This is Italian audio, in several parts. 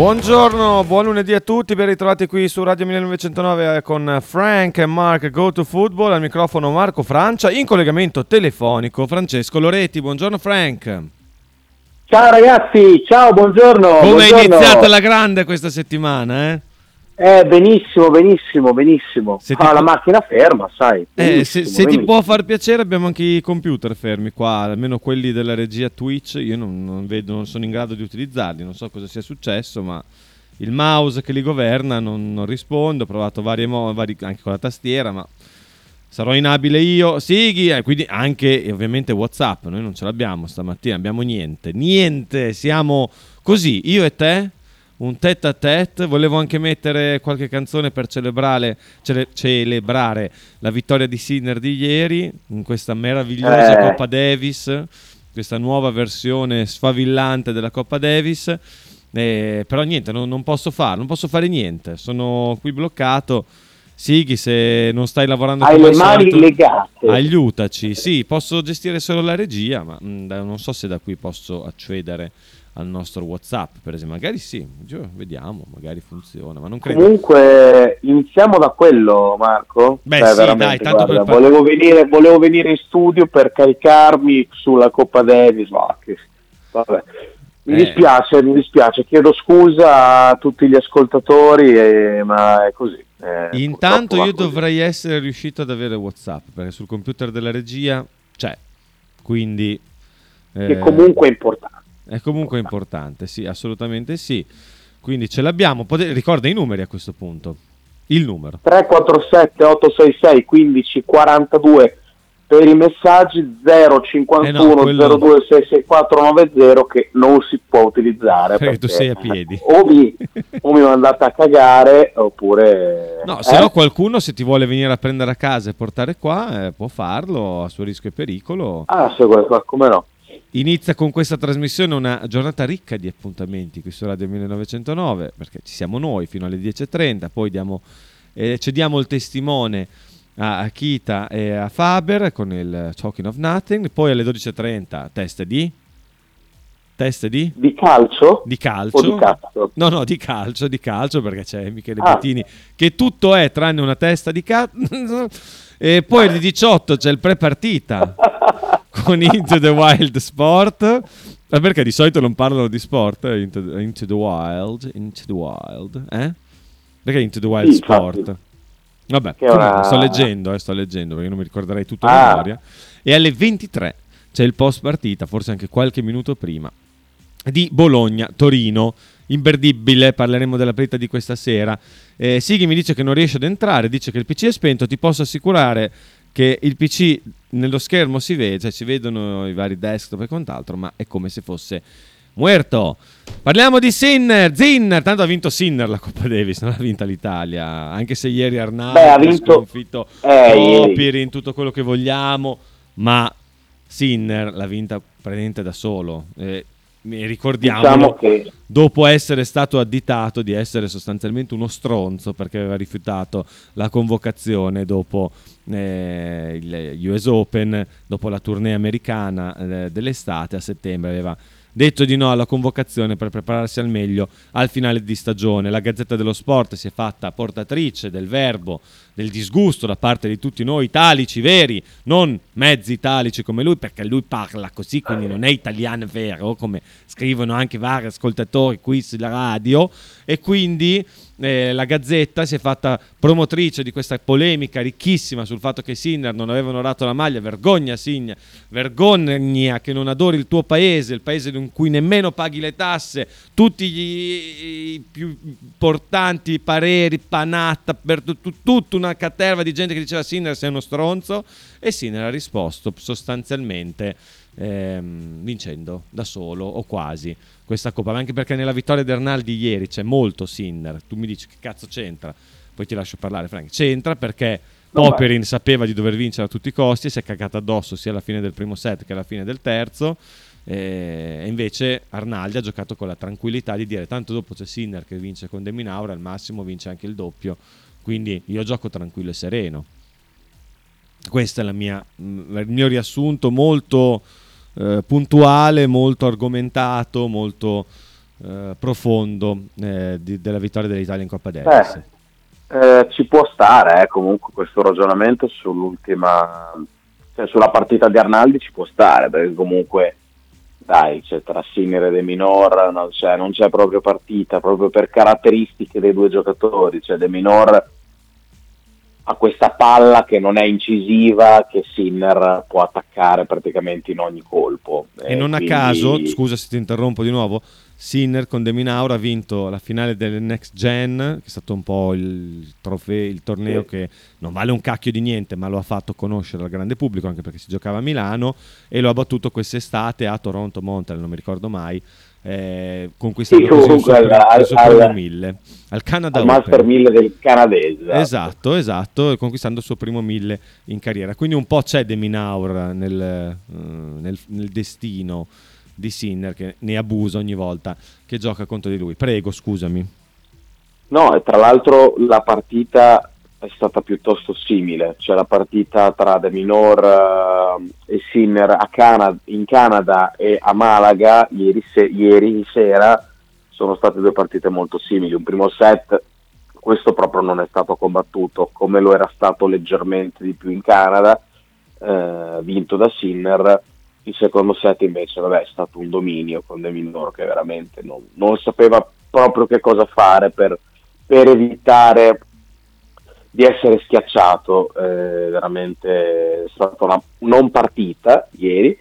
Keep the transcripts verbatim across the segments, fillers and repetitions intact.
Buongiorno, buon lunedì a tutti, ben ritrovati qui su Radio millenovecentonove con Frank e Mark Go to Football, al microfono Marco Francia, in collegamento telefonico Francesco Loreti. Buongiorno Frank. Ciao ragazzi, ciao, buongiorno. Come buongiorno. è iniziata la grande questa settimana, eh? Eh, benissimo, benissimo, benissimo. Se Ah, ti... la macchina ferma, sai. Eh, se se ti può far piacere, abbiamo anche i computer fermi qua, almeno quelli della regia Twitch. Io non, non vedo, non sono in grado di utilizzarli, non so cosa sia successo, ma il mouse che li governa non, non risponde. Ho provato varie mo- vari, anche con la tastiera, ma sarò inabile io. Sighi, eh, quindi anche e ovviamente WhatsApp. Noi non ce l'abbiamo stamattina, abbiamo niente, niente. Siamo così, io e te. Un tête à tête, volevo anche mettere qualche canzone per celebrare, cele- celebrare la vittoria di Sinner di ieri, in questa meravigliosa Eh. Coppa Davis, questa nuova versione sfavillante della Coppa Davis, eh, però niente, non, non posso fare, non posso fare niente, sono qui bloccato. Sighi, se non stai lavorando Hai come le al mani solito, legate. aiutaci. Sì, posso gestire solo la regia, ma mh, non so se da qui posso accedere al nostro WhatsApp, per esempio. Magari sì, vediamo, magari funziona, ma non credo. Comunque iniziamo da quello, Marco. Beh, Cioè, sì, veramente, dai, tanto guarda, per... volevo venire, volevo venire in studio per caricarmi sulla Coppa Davis, ma che... vabbè. Mi Eh. dispiace, mi dispiace, chiedo scusa a tutti gli ascoltatori, eh, ma è così. Eh, Intanto purtroppo io va così. dovrei essere riuscito ad avere WhatsApp, perché sul computer della regia c'è, quindi... Che eh, comunque è importante. È comunque importante, sì, assolutamente sì. Quindi ce l'abbiamo. Pote- ricorda i numeri a questo punto. Il numero. tre quattro sette otto sei sei uno cinque quattro due per i messaggi, zero cinquantuno Eh no, quello- zero due sei sei quattro nove zero che non si può utilizzare Perché tu sei a piedi. o vi o mi mandate a cagare oppure No, se eh? no qualcuno, se ti vuole venire a prendere a casa e portare qua, eh, può farlo a suo rischio e pericolo. Ah, se vuoi, come no. Inizia con questa trasmissione una giornata ricca di appuntamenti qui su Radio millenovecentonove, perché ci siamo noi fino alle dieci e trenta, poi diamo, eh, cediamo il testimone a, a Kita e a Faber con il Talking of Nothing, poi alle dodici e trenta teste di... Teste di? Di calcio? Di calcio. O di cazzo? No, no, di calcio, di calcio, perché c'è Michele Ah. Bettini che tutto è tranne una testa di cazzo. E poi alle diciotto c'è il pre-partita con Into the Wild Sport. Ma perché di solito non parlano di sport? eh? Into, into the Wild, Into the Wild, eh? Perché Into the Wild Sì, Sport? infatti. Vabbè, Che comunque, una- sto leggendo, eh, sto leggendo perché non mi ricorderei tutto a Ah. memoria. E alle ventitré c'è il post partita, forse anche qualche minuto prima, di Bologna-Torino, imperdibile. Parleremo della partita di questa sera. eh, Sighi mi dice che non riesce ad entrare, dice che il P C è spento. Ti posso assicurare che il P C nello schermo si vede, cioè si vedono i vari desktop e quant'altro, ma è come se fosse muerto. Parliamo di Sinner, Zinner, tanto ha vinto Sinner la Coppa Davis, non ha vinta l'Italia, anche se ieri Arnaldo Beh, ha ha vinto- sconfitto eh, ieri. Topirin, tutto quello che vogliamo, ma Sinner l'ha vinta praticamente da solo. Eh, ricordiamolo, Diciamo che dopo essere stato additato di essere sostanzialmente uno stronzo perché aveva rifiutato la convocazione dopo eh, il U S Open, dopo la tournée americana eh, dell'estate a settembre, aveva detto di no alla convocazione per prepararsi al meglio al finale di stagione. La Gazzetta dello Sport si è fatta portatrice del verbo del disgusto da parte di tutti noi italici veri, non mezzi italici come lui, perché lui parla così, quindi non è italiano vero, come scrivono anche vari ascoltatori qui sulla radio, e quindi eh, la Gazzetta si è fatta promotrice di questa polemica ricchissima sul fatto che Sinner non aveva onorato la maglia. Vergogna Sinner, vergogna che non adori il tuo paese, il paese in cui nemmeno paghi le tasse, tutti gli, i più importanti pareri, Panatta, per tu, tu, tutta una caterva di gente che diceva Sinner sei uno stronzo, e Sinner ha risposto sostanzialmente ehm, vincendo da solo o quasi questa Coppa, anche perché nella vittoria di Arnaldi ieri c'è molto Sinner. Tu mi dici che cazzo c'entra, poi ti lascio parlare Frank. C'entra perché No, Popperin sapeva di dover vincere a tutti i costi e si è cagato addosso sia alla fine del primo set che alla fine del terzo, e invece Arnaldi ha giocato con la tranquillità di dire tanto dopo c'è Sinner che vince con De Minaur, al massimo vince anche il doppio, quindi io gioco tranquillo e sereno. Questo è la mia, il mio riassunto molto eh, puntuale, molto argomentato, molto eh, profondo eh, di, della vittoria dell'Italia in Coppa Davis. Eh. Eh, ci può stare, eh, comunque questo ragionamento sull'ultima, cioè sulla partita di Arnaldi ci può stare, perché comunque dai, cioè, tra Sinner e De Minaur non c'è, non c'è proprio partita, proprio per caratteristiche dei due giocatori, cioè De Minaur ha questa palla che non è incisiva, che Sinner può attaccare praticamente in ogni colpo. E, e non quindi... a caso, scusa se ti interrompo di nuovo, Sinner con De Minaur ha vinto la finale del Next Gen, che è stato un po' il trofeo, il torneo sì. che non vale un cacchio di niente, ma lo ha fatto conoscere al grande pubblico, anche perché si giocava a Milano, e lo ha battuto quest'estate a Toronto, Montreal, non mi ricordo mai, eh, conquistando sì, così il suo, al, primo, il suo al, primo mille al Canada al Master mille del canadese. Esatto, esatto, conquistando il suo primo mille in carriera. Quindi un po' c'è De Minaur nel, uh, nel, nel destino di Sinner, che ne abusa ogni volta che gioca contro di lui. Prego, scusami. No, e tra l'altro la partita è stata piuttosto simile, cioè la partita tra De Minaur uh, e Sinner a Canada, in Canada e a Malaga ieri, se- ieri sera sono state due partite molto simili. Un primo set, questo proprio non è stato combattuto, come lo era stato leggermente di più in Canada, eh, vinto da Sinner. Il secondo set invece vabbè, è stato un dominio con De Minaur che veramente non, non sapeva proprio che cosa fare per, per evitare di essere schiacciato. Eh, veramente è stata una non partita ieri,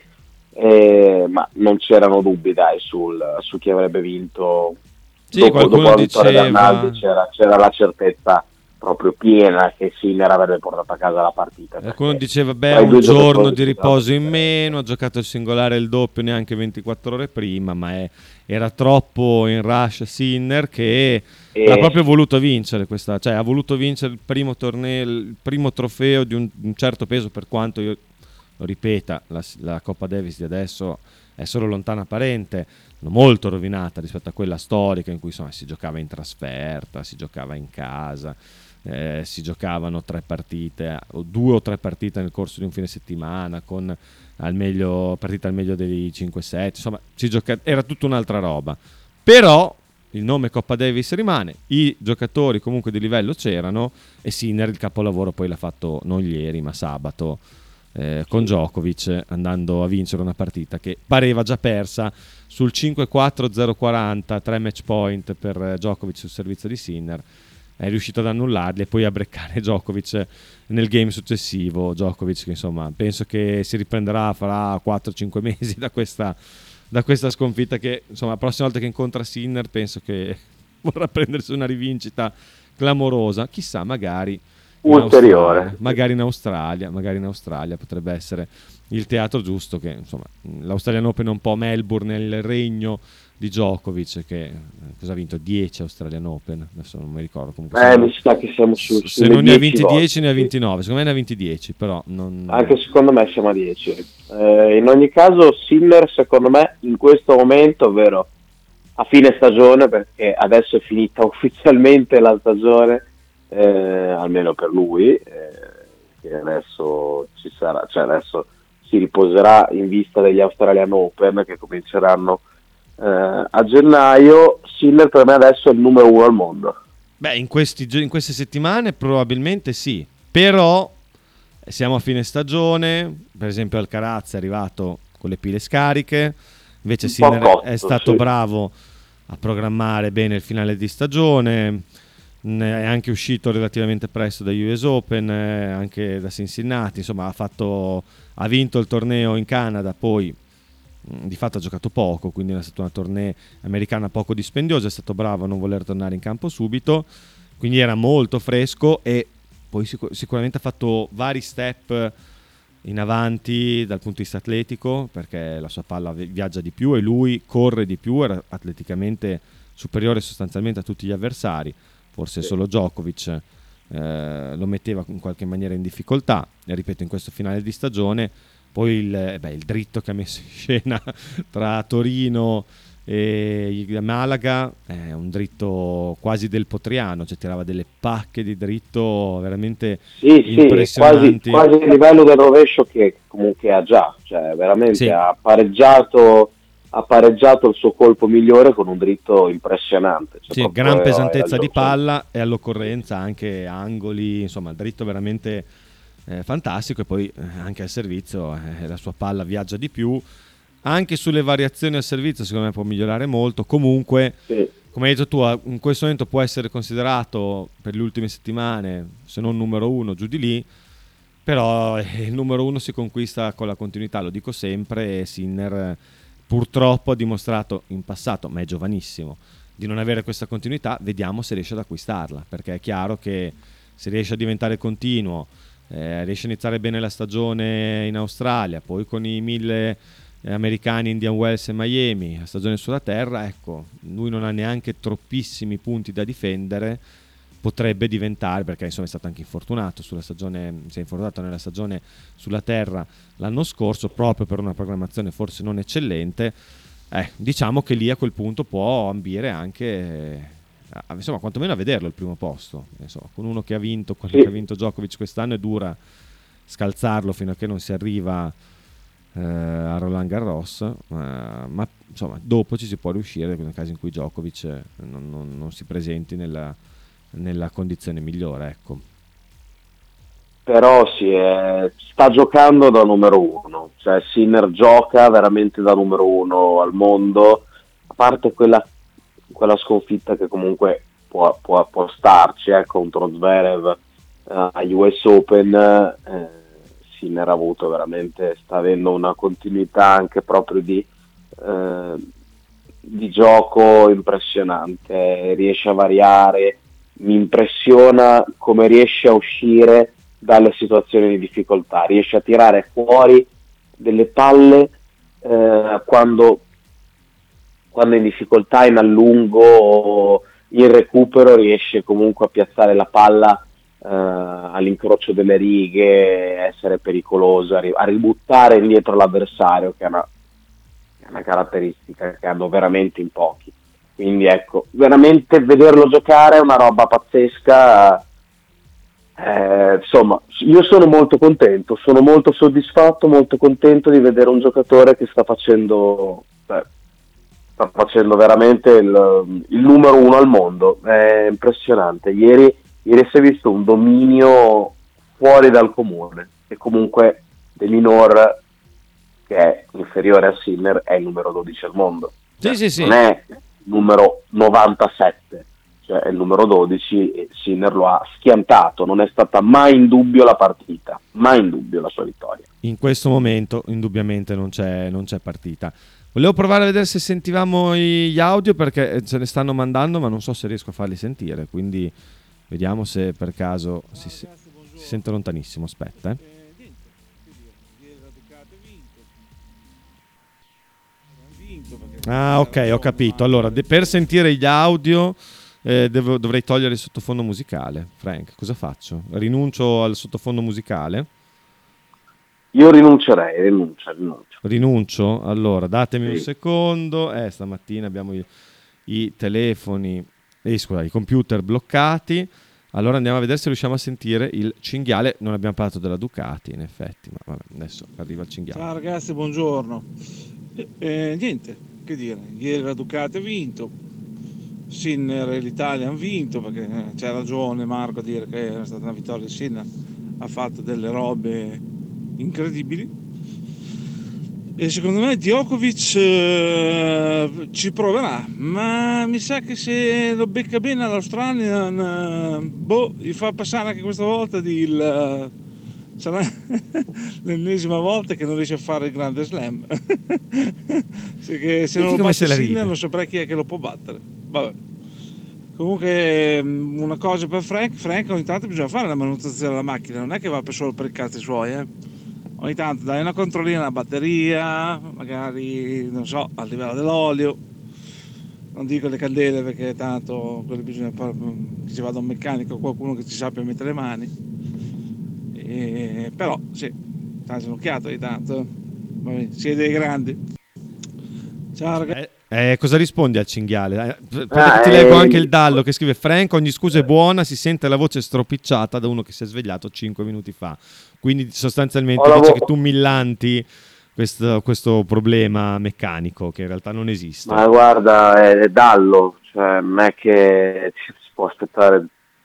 eh, ma non c'erano dubbi dai sul, su chi avrebbe vinto. Sì, dopo, dopo la vittoria diceva... di Arnaldi c'era, c'era la certezza proprio piena che Sinner avrebbe portato a casa la partita. Qualcuno diceva beh, un giorno di riposo in meno, ha giocato il singolare e il doppio neanche ventiquattro ore prima, ma è, era troppo in rush Sinner che e... l'ha proprio voluto vincere questa, cioè ha voluto vincere il primo torneo, il primo trofeo di un, un certo peso, per quanto io lo ripeta, la, la Coppa Davis di adesso è solo lontana parente, molto rovinata rispetto a quella storica in cui insomma si giocava in trasferta, si giocava in casa. Eh, si giocavano tre partite o due o tre partite nel corso di un fine settimana con al meglio partita al meglio dei cinque set, insomma si gioca- era tutta un'altra roba, però il nome Coppa Davis rimane, i giocatori comunque di livello c'erano e Sinner il capolavoro poi l'ha fatto non ieri ma sabato eh, con Djokovic, andando a vincere una partita che pareva già persa sul cinque quattro zero quaranta, tre match point per Djokovic sul servizio di Sinner. È riuscito ad annullarli e poi a breccare Djokovic nel game successivo. Djokovic che insomma penso che si riprenderà fra quattro cinque mesi da questa, da questa sconfitta, che insomma la prossima volta che incontra Sinner penso che vorrà prendersi una rivincita clamorosa, chissà, magari ulteriore, magari in Australia, magari in Australia potrebbe essere il teatro giusto, che insomma l'Australian Open è un po' Melbourne nel regno di Djokovic, che cosa ha vinto? dieci Australian Open, adesso non mi ricordo, comunque eh, mi sa che siamo su, se non ne ha vinti dieci ne ha vinti nove, secondo me ne ha vinti dieci, però non... anche secondo me siamo a dieci. Eh, in ogni caso Sinner secondo me in questo momento, ovvero a fine stagione, perché adesso è finita ufficialmente la stagione, eh, almeno per lui, eh, che adesso ci sarà, cioè adesso si riposerà in vista degli Australian Open che cominceranno eh, a gennaio. Sinner per me adesso è il numero uno al mondo. Beh, in, questi, in queste settimane probabilmente sì, però siamo a fine stagione, per esempio Alcaraz è arrivato con le pile scariche, invece un Sinner cotto, è stato sì. bravo a programmare bene il finale di stagione, è anche uscito relativamente presto da U S Open, anche da Cincinnati, insomma ha, fatto, ha vinto il torneo in Canada, poi di fatto ha giocato poco, quindi è stata una tournée americana poco dispendiosa, è stato bravo a non voler tornare in campo subito, quindi era molto fresco e poi sicur- sicuramente ha fatto vari step in avanti dal punto di vista atletico, perché la sua palla viaggia di più e lui corre di più, era atleticamente superiore sostanzialmente a tutti gli avversari, forse solo Djokovic eh, lo metteva in qualche maniera in difficoltà, e ripeto in questo finale di stagione. Poi il, beh, il dritto che ha messo in scena tra Torino e Malaga è un dritto quasi del Potriano, cioè tirava delle pacche di dritto veramente sì, impressionanti. Sì, quasi, quasi il livello del rovescio che comunque ha già, cioè veramente sì. ha pareggiato ha pareggiato il suo colpo migliore con un dritto impressionante. Cioè, sì, proprio gran era- pesantezza era di il- palla e all'occorrenza anche angoli, insomma, dritto veramente eh, fantastico. E poi eh, anche al servizio eh, la sua palla viaggia di più. Anche sulle variazioni al servizio secondo me può migliorare molto. Comunque, Sì, come hai detto tu, a- in questo momento può essere considerato per le ultime settimane, se non numero uno, giù di lì. Però eh, il numero uno si conquista con la continuità, lo dico sempre, e Sinner eh, purtroppo ha dimostrato in passato, ma è giovanissimo, di non avere questa continuità. Vediamo se riesce ad acquistarla, perché è chiaro che se riesce a diventare continuo, eh, riesce a iniziare bene la stagione in Australia, poi con i mille eh, americani, Indian Wells e Miami, la stagione sulla terra, ecco, lui non ha neanche troppissimi punti da difendere, potrebbe diventare, perché insomma è stato anche infortunato sulla stagione, si è infortunato nella stagione sulla terra l'anno scorso proprio per una programmazione forse non eccellente. Eh, diciamo che lì a quel punto può ambire anche eh, a- insomma quantomeno a vederlo il primo posto. Insomma, con uno che ha vinto quello che ha sì. vinto Djokovic quest'anno è dura scalzarlo fino a che non si arriva eh, a Roland Garros, eh, ma insomma dopo ci si può riuscire nel caso in cui Djokovic eh, non, non- non si presenti nella, nella condizione migliore, ecco. Però sì, è- sta giocando da numero uno, cioè Sinner gioca veramente da numero uno al mondo, a parte quella, quella sconfitta che comunque può, può- può starci, eh, contro Zverev eh, agli U S Open, eh, Sinner ha avuto veramente, sta avendo una continuità anche proprio di, eh, di gioco impressionante, riesce a variare, mi impressiona come riesce a uscire dalle situazioni di difficoltà, riesce a tirare fuori delle palle eh, quando, quando è in difficoltà, in allungo o in recupero, riesce comunque a piazzare la palla eh, all'incrocio delle righe, essere pericoloso, a, ri- a ributtare indietro l'avversario, che è una, è una caratteristica che hanno veramente in pochi. Quindi ecco, veramente vederlo giocare è una roba pazzesca. Eh, insomma, io sono molto contento, sono molto soddisfatto, molto contento di vedere un giocatore che sta facendo, beh, sta facendo veramente il, il numero uno al mondo. È impressionante. Ieri, ieri si è visto un dominio fuori dal comune, e comunque De Minor, che è inferiore a Sinner, è il numero dodici al mondo. Sì, Cioè, sì, non sì. è numero novantasette, cioè è il numero dodici, e Sinner lo ha schiantato, non è stata mai in dubbio la partita, mai in dubbio la sua vittoria. In questo momento indubbiamente non c'è, non c'è partita. Volevo provare a vedere se sentivamo gli audio, perché ce ne stanno mandando, ma non so se riesco a farli sentire, quindi vediamo se per caso si, si sente lontanissimo. Aspetta, eh. Ah, ok, ho capito. Allora, de- per sentire gli audio eh, devo- dovrei togliere il sottofondo musicale. Frank, cosa faccio? Rinuncio al sottofondo musicale? Io rinuncerei, rinuncio, rinuncio. Rinuncio? Allora, datemi un Sì. secondo. Eh, stamattina abbiamo i, i telefoni, eh, scusa, i computer bloccati. Allora andiamo a vedere se riusciamo a sentire il cinghiale. Non abbiamo parlato della Ducati, in effetti, ma vabbè, adesso arriva il cinghiale. Ciao ragazzi, buongiorno. Eh, eh, niente, che dire, ieri la Ducati ha vinto, Sinner e l'Italia hanno vinto, perché eh, c'è ragione Marco a dire che è stata una vittoria di Sinner, ha fatto delle robe incredibili. E secondo me Djokovic eh, ci proverà, ma mi sa che se lo becca bene all'Australian, eh, boh, gli fa passare anche questa volta di il, sarà l'ennesima volta che non riesce a fare il grande slam. se, che, se non lo Come se batte la Sinner ride. non saprei chi è che lo può battere. Vabbè. Comunque mm, una cosa per Frank, Frank ogni tanto bisogna fare la manutenzione della macchina, non è che va per solo per i cazzi suoi, eh. Ogni tanto dai una controllina alla batteria, magari non so, al livello dell'olio, non dico le candele perché tanto quello bisogna fare, che ci vada un meccanico, qualcuno che ci sappia mettere le mani. E, però sì, tanto un'occhiata ogni tanto, eh. Vabbè, siete dei grandi. Ciao ragazzi. Eh, eh, cosa rispondi al cinghiale? Eh, aspetta Ah, che ti leggo eh, anche il dallo che scrive: Frank, ogni scusa è buona, si sente la voce stropicciata da uno che si è svegliato cinque minuti fa. Quindi ho, sostanzialmente dice che lavo- tu millanti questo, questo problema meccanico che in realtà non esiste. Ma guarda, è, è dallo, cioè non è che ci si può aspettare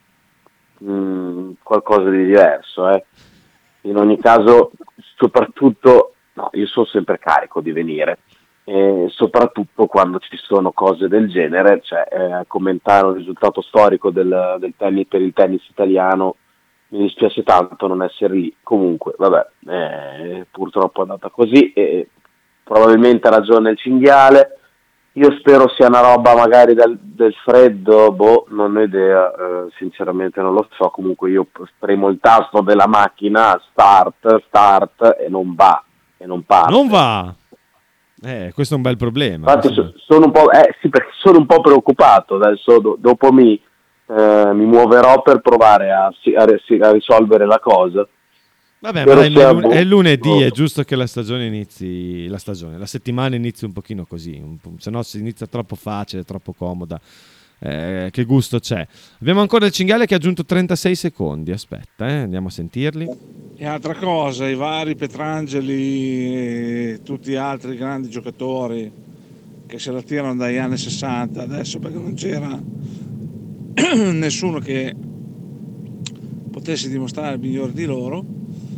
mh, qualcosa di diverso, eh. In ogni caso, soprattutto, no, io sono sempre carico di venire, e soprattutto quando ci sono cose del genere, cioè eh, commentare un risultato storico del, del tennis per il tennis italiano, mi dispiace tanto non essere lì. Comunque, vabbè, eh, purtroppo è andata così e probabilmente ha ragione il cinghiale. Io spero sia una roba magari del, del freddo, boh, non ho idea, eh, sinceramente non lo so. Comunque io premo il tasto della macchina, start, start, e non va, e non parte. Non va! Eh, questo è un bel problema. Infatti so, sono un po', eh, sì, perché sono un po' preoccupato, adesso do, dopo mi, eh, mi muoverò per provare a, a, a risolvere la cosa. Vabbè, ma è, lun- è lunedì, è giusto che la stagione inizi, la stagione, la settimana inizi un pochino così, un po', se no si inizia troppo facile, troppo comoda. Eh, che gusto c'è? Abbiamo ancora il cinghiale che ha aggiunto trentasei secondi, aspetta, eh, andiamo a sentirli. E altra cosa, i vari Petrangeli e tutti gli altri grandi giocatori che se la tirano dagli anni sessanta adesso, perché non c'era nessuno che potesse dimostrare il migliore di loro,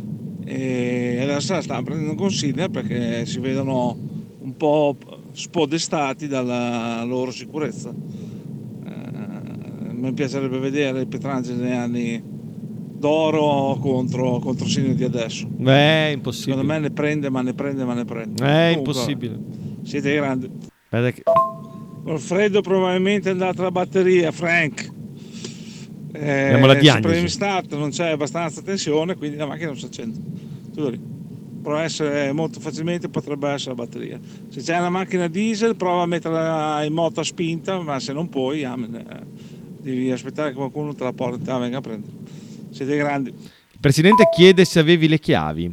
e adesso la stanno prendendo consiglio perché si vedono un po' spodestati dalla loro sicurezza. Eh, mi piacerebbe vedere i Petrangeli negli anni d'oro contro, contro Sinner di adesso. Beh, è impossibile. Secondo me ne prende, ma ne prende, ma ne prende. È Comunque, impossibile. Siete grandi. Che... Col freddo probabilmente è andata la batteria, Frank. Eh, Abbiamo la diagnosi. Premi start, non c'è abbastanza tensione, quindi la macchina non si accende. Tutto lì. Può essere molto facilmente, potrebbe essere la batteria. Se c'è una macchina diesel, prova a metterla in moto a spinta, ma se non puoi, amen, eh, devi aspettare che qualcuno te la porti, te la venga a prendere. Siete grandi. Il presidente chiede se avevi le chiavi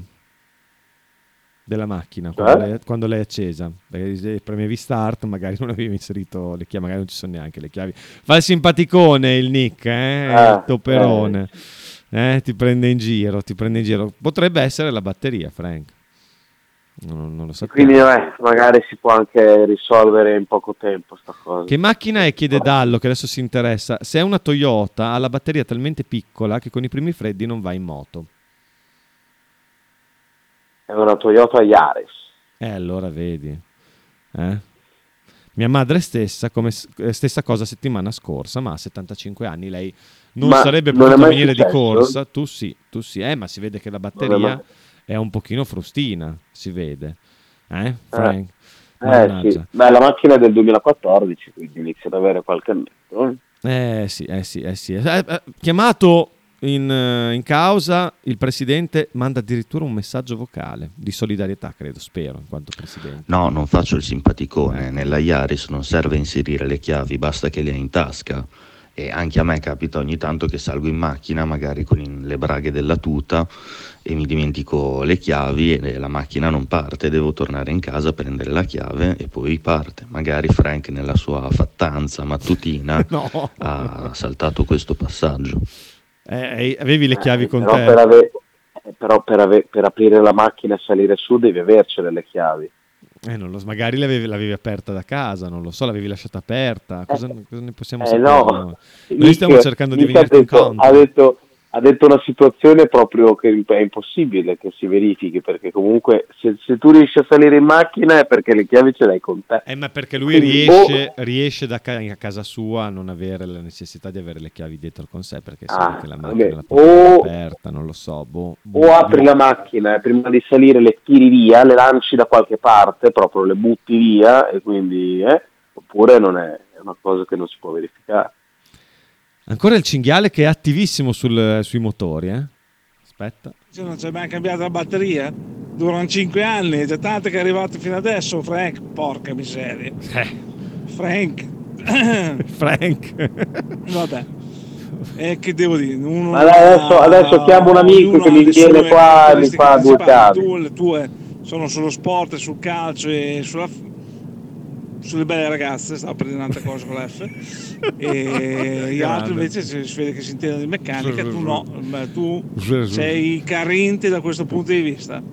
della macchina quando, eh? lei, quando l'hai accesa, perché premevi start, magari non avevi inserito le chiavi, magari non ci sono neanche le chiavi. Fa il simpaticone il Nick, eh? Ah, il toperone, eh. Eh, ti prende in giro, ti prende in giro. Potrebbe essere la batteria, Frank. Non, non lo so. Quindi eh, magari si può anche risolvere in poco tempo sta cosa. Che macchina è? Chiede Dallo, che adesso si interessa. Se è una Toyota, ha la batteria talmente piccola che con i primi freddi non va in moto. È una Toyota Yaris. Eh, allora vedi. Eh? Mia madre stessa, come stessa cosa settimana scorsa, ma ha settantacinque anni, lei non ma sarebbe potuta venire successo? Di corsa. Tu sì, tu sì, eh, ma si vede che la batteria è, è un pochino frustina, si vede. Eh, Frank? Eh, eh sì. Beh, la macchina è del duemilaquattordici, quindi inizia ad avere qualche annetto. Eh sì, eh sì, eh sì. Eh, eh, chiamato in, in causa, il presidente manda addirittura un messaggio vocale di solidarietà, credo, spero, in quanto presidente. No, non faccio il simpaticone. Nella Yaris non serve inserire le chiavi, basta che le hai in tasca. E anche a me capita ogni tanto che salgo in macchina, magari con in, le braghe della tuta, e mi dimentico le chiavi e la macchina non parte, devo tornare in casa a prendere la chiave e poi parte. Magari Frank nella sua fattanza mattutina no. ha saltato questo passaggio. Eh, avevi le chiavi eh, con però te? Per ave- però per, ave- per aprire la macchina e salire su devi avercele le chiavi. Eh, non lo so, magari l'avevi, l'avevi aperta da casa, non lo so, l'avevi lasciata aperta. Cosa, eh, cosa ne possiamo eh, sapere? No. Noi stiamo cercando di venire in conto. Ha detto, ha detto una situazione proprio che è impossibile che si verifichi, perché comunque se, se tu riesci a salire in macchina è perché le chiavi ce l'hai con te. Eh, ma perché lui riesce, oh. riesce da ca- a casa sua a non avere la necessità di avere le chiavi dietro con sé, perché sa ah, che la macchina okay. la porta oh. aperta, non lo so. Boh, boh, o apri boh. la macchina e prima di salire le tiri via, le lanci da qualche parte, proprio le butti via, e quindi eh, oppure non è, è una cosa che non si può verificare. Ancora il cinghiale che è attivissimo sul, sui motori, eh? Aspetta. Se non c'è mai cambiata la batteria? Durano cinque anni, è già tanto che è arrivato fino adesso, Frank. Porca miseria. Eh. Frank. Frank. Vabbè. E che devo dire? Uno Ma adesso, adesso chiamo un amico che mi viene qua e mi fa due chiavi. Tu, le tue sono sullo sport, sul calcio e sulla... sulle belle ragazze, stavo prendendo tante cose con l'F, e gli altri invece si vede che si intendono di meccanica, tu no, tu sei carente da questo punto di vista.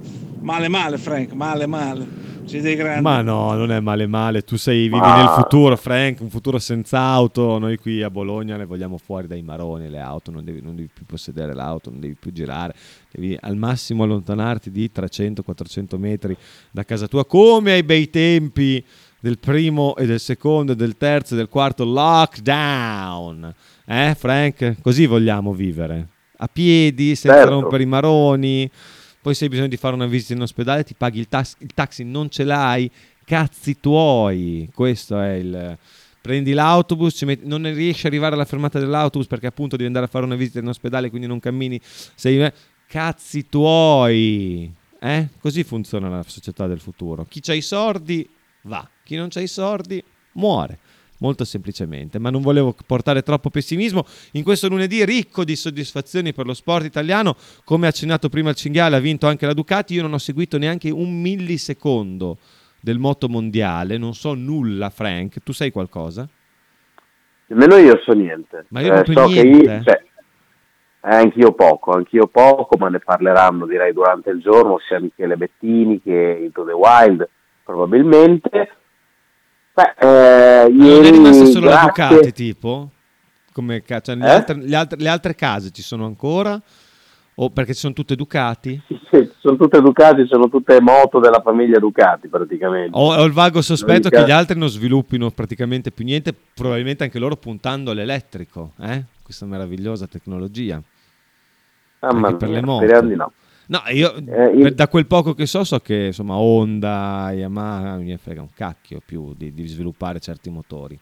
Male male Frank, male male. Sei dei grandi. Ma no, non è male male, tu sei, vivi Ma- nel futuro, Frank, un futuro senza auto. Noi qui a Bologna le vogliamo fuori dai maroni le auto, non devi, non devi più possedere l'auto, non devi più girare, devi al massimo allontanarti di trecento quattrocento metri da casa tua, come ai bei tempi del primo e del secondo e del terzo e del quarto lockdown. Eh Frank? Così vogliamo vivere, a piedi, senza Certo. rompere i maroni. Poi se hai bisogno di fare una visita in ospedale ti paghi il, tax- il taxi, non ce l'hai, cazzi tuoi. Questo è il... Prendi l'autobus, ci metti- non riesci ad arrivare alla fermata dell'autobus perché appunto devi andare a fare una visita in ospedale, quindi non cammini, sei... cazzi tuoi. Eh? Così funziona la società del futuro. Chi c'ha i sordi va, chi non c'ha i sordi muore. Molto semplicemente, ma non volevo portare troppo pessimismo in questo lunedì ricco di soddisfazioni per lo sport italiano. Come accennato prima il cinghiale, ha vinto anche la Ducati. Io non ho seguito neanche un millisecondo del moto mondiale, non so nulla. Frank, tu sai qualcosa? Nemmeno io so niente. Ma io Eh, proprio so niente. che io, cioè, eh, anch'io poco, anch'io poco, ma ne parleranno direi durante il giorno sia Michele Bettini che Into the Wild probabilmente. Beh, eh, Ma non ieri, è rimasta solo la grazie- Ducati, tipo? Come ca- cioè, le, Eh? altre, le, altre, le altre case ci sono ancora? O perché ci sono tutte Ducati? Sì, sono tutte Ducati, sono tutte moto della famiglia Ducati praticamente. Ho, ho il vago sospetto L'unica- che gli altri non sviluppino praticamente più niente, probabilmente anche loro puntando all'elettrico, eh? Questa meravigliosa tecnologia. Mamma anche per mia, le moto. speriamo di no. No, io, Eh, io- per- da quel poco che so, so che insomma Honda, Yamaha, mi frega un cacchio più di, di sviluppare certi motori.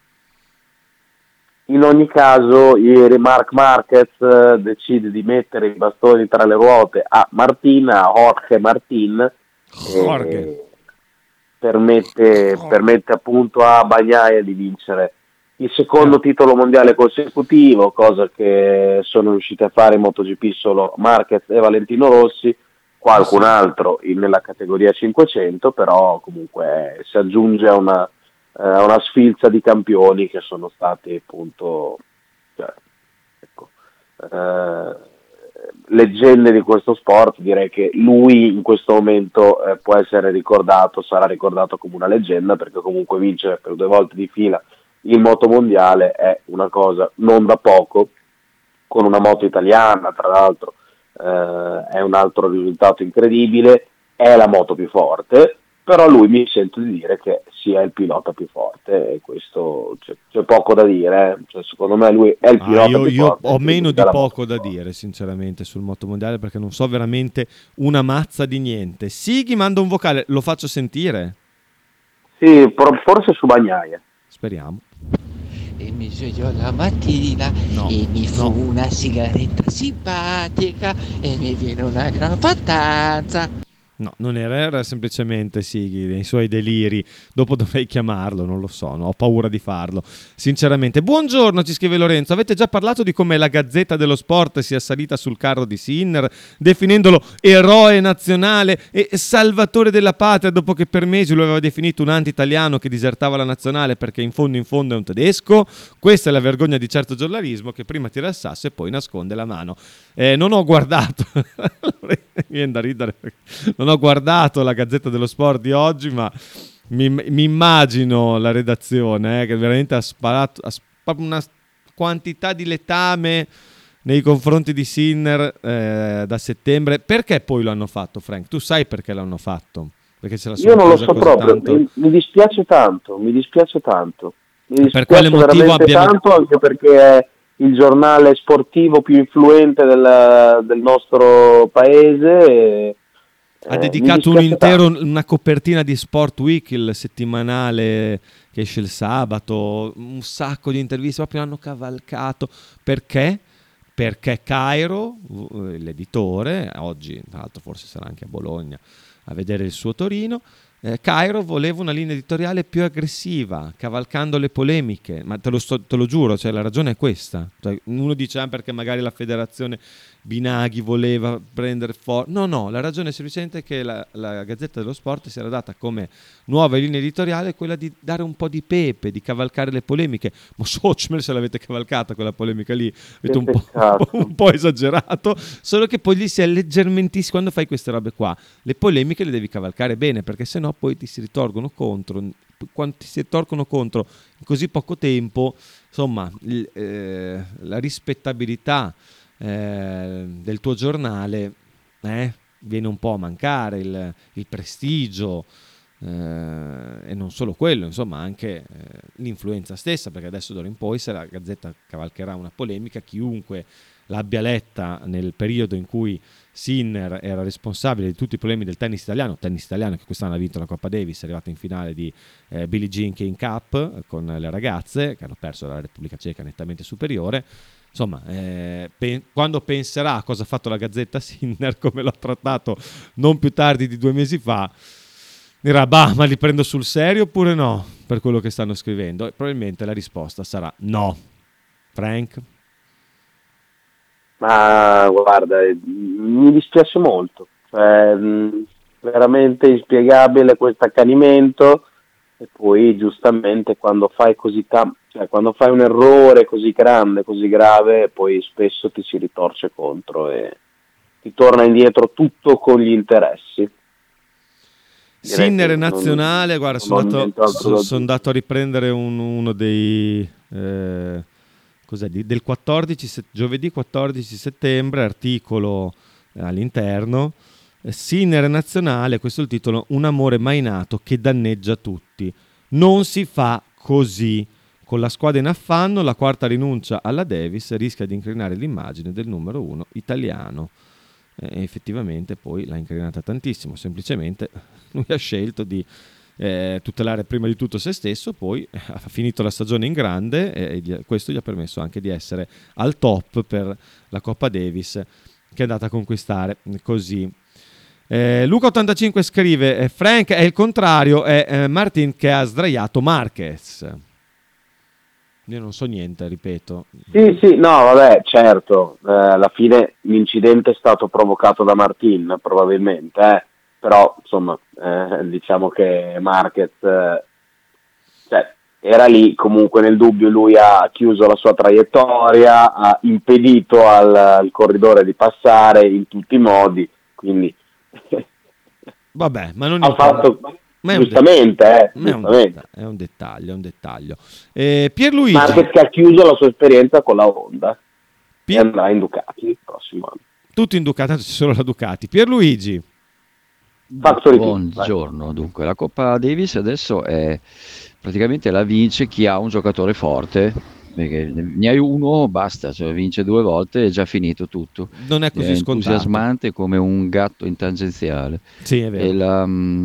In ogni caso, ieri Marc Marquez eh, decide di mettere i bastoni tra le ruote a Martina, a Jorge Martin, e Jorge. permette, Jorge. permette appunto a Bagnaia di vincere il secondo Eh. titolo mondiale consecutivo, cosa che sono riusciti a fare in MotoGP solo Marquez e Valentino Rossi, qualcun Sì. altro in- nella categoria cinquecento, però comunque eh, si aggiunge a una, eh, a una sfilza di campioni che sono stati appunto cioè, ecco, eh, leggende di questo sport. Direi che lui in questo momento eh, può essere ricordato, sarà ricordato come una leggenda, perché comunque vincere per due volte di fila il moto mondiale è una cosa non da poco, con una moto italiana tra l'altro. Eh, è un altro risultato incredibile, è la moto più forte, però lui mi sento di dire che sia il pilota più forte, e questo c'è, c'è poco da dire, eh. Cioè, secondo me lui è il Ah, pilota io più io forte. ho meno di della moto poco più da forte. dire, sinceramente, sul moto mondiale, perché non so veramente una mazza di niente. Sighi manda un vocale, lo faccio sentire? Sì, por- forse su Bagnaia. Speriamo. E mi svegliò la mattina No, e mi fu no. una sigaretta simpatica e mi viene una gran fattanza. No, non era, era semplicemente Sighi nei suoi deliri. Dopo dovrei chiamarlo, non lo so, no, ho paura di farlo, sinceramente. Buongiorno, ci scrive Lorenzo. Avete già parlato di come la Gazzetta dello Sport sia salita sul carro di Sinner, definendolo eroe nazionale e salvatore della patria, dopo che per mesi lo aveva definito un anti-italiano che disertava la nazionale perché in fondo in fondo è un tedesco? Questa è la vergogna di certo giornalismo che prima tira il sasso e poi nasconde la mano. Eh, non ho guardato, mi viene da ridere perché non ho guardato la Gazzetta dello Sport di oggi, ma mi, mi immagino la redazione eh, che veramente ha sparato ha spa- una quantità di letame nei confronti di Sinner eh, da settembre. Perché poi lo hanno fatto, Frank? Tu sai perché l'hanno fatto? Perché se la sono Io non lo presa so così proprio, tanto. mi, mi dispiace tanto, mi dispiace tanto. Mi Per dispiace quale motivo veramente abbiamo- tanto, anche perché è il giornale sportivo più influente del, del nostro paese. E, Ha eh, dedicato mi un dispiace intero, tanto. una copertina di Sport Week, il settimanale che esce il sabato, un sacco di interviste, proprio l'hanno cavalcato. Perché? Perché Cairo, l'editore, oggi tra l'altro forse sarà anche a Bologna a vedere il suo Torino, Eh, Cairo voleva una linea editoriale più aggressiva, cavalcando le polemiche, ma te lo, sto, te lo giuro, cioè, la ragione è questa. Cioè, uno dice ah, perché magari la federazione Binaghi voleva prendere forza. No, no, la ragione è semplicemente che la, la Gazzetta dello Sport si era data come nuova linea editoriale quella di dare un po' di pepe, di cavalcare le polemiche. Ma Sochmel se l'avete cavalcata quella polemica lì, avete un po', un, po', un po' esagerato, solo che poi gli si è leggermentissimo. Quando fai queste robe qua, le polemiche le devi cavalcare bene, perché sennò poi ti si ritorgono contro. Quando ti si ritorgono contro in così poco tempo, insomma, il, eh, la rispettabilità eh, del tuo giornale eh, viene un po' a mancare, il, il prestigio eh, e non solo quello, insomma anche eh, l'influenza stessa, perché adesso d'ora in poi, se la Gazzetta cavalcherà una polemica, chiunque l'abbia letta nel periodo in cui Sinner era responsabile di tutti i problemi del tennis italiano, tennis italiano che quest'anno ha vinto la Coppa Davis, è arrivato in finale di eh, Billie Jean King Cup con le ragazze che hanno perso la Repubblica Ceca nettamente superiore. Insomma, eh, pe- quando penserà a cosa ha fatto la Gazzetta Sinner, come l'ha trattato non più tardi di due mesi fa, dirà bah, ma li prendo sul serio oppure no per quello che stanno scrivendo? E probabilmente la risposta sarà no. Frank? Ma guarda, mi dispiace molto, cioè, mh, veramente inspiegabile questo accanimento. E poi giustamente quando fai così tam- cioè, quando fai un errore così grande, così grave, poi spesso ti si ritorce contro e ti torna indietro tutto con gli interessi. Sinner nazionale, guarda, sono andato, sono, sono andato a riprendere un, uno dei eh, cos'è, del quattordici, giovedì quattordici settembre, articolo all'interno. Sinner nazionale, questo è il titolo, un amore mai nato che danneggia tutti. Non si fa così. Con la squadra in affanno, la quarta rinuncia alla Davis rischia di incrinare l'immagine del numero uno italiano. E effettivamente poi l'ha incrinata tantissimo. Semplicemente lui ha scelto di eh, tutelare prima di tutto se stesso, poi ha finito la stagione in grande e gli, questo gli ha permesso anche di essere al top per la Coppa Davis che è andata a conquistare così. Eh, Luca ottantacinque scrive eh, Frank è il contrario, è eh, Martin che ha sdraiato Marquez. Io non so niente, ripeto. Sì, sì, no, vabbè, certo, eh, alla fine l'incidente è stato provocato da Martin, probabilmente, eh, però, insomma, eh, diciamo che Marquez, eh, cioè, era lì, comunque nel dubbio lui ha chiuso la sua traiettoria, ha impedito al, al corridore di passare in tutti i modi, quindi... Vabbè, ma non ha fatto... Ma giustamente, eh, ma è, un giustamente. è un dettaglio, è un dettaglio. Eh, Pierluigi. Marquez che ha chiuso la sua esperienza con la Honda Pier... e andrà in Ducati il prossimo anno. Tutto in Ducati, tanto c'è solo la Ducati. Pierluigi. Factory Buongiorno, team, dunque la Coppa Davis adesso è praticamente la vince chi ha un giocatore forte, perché ne hai uno, basta, cioè vince due volte e è già finito tutto. Non è così è scontato. Entusiasmante come un gatto in tangenziale. Sì, è vero. E la,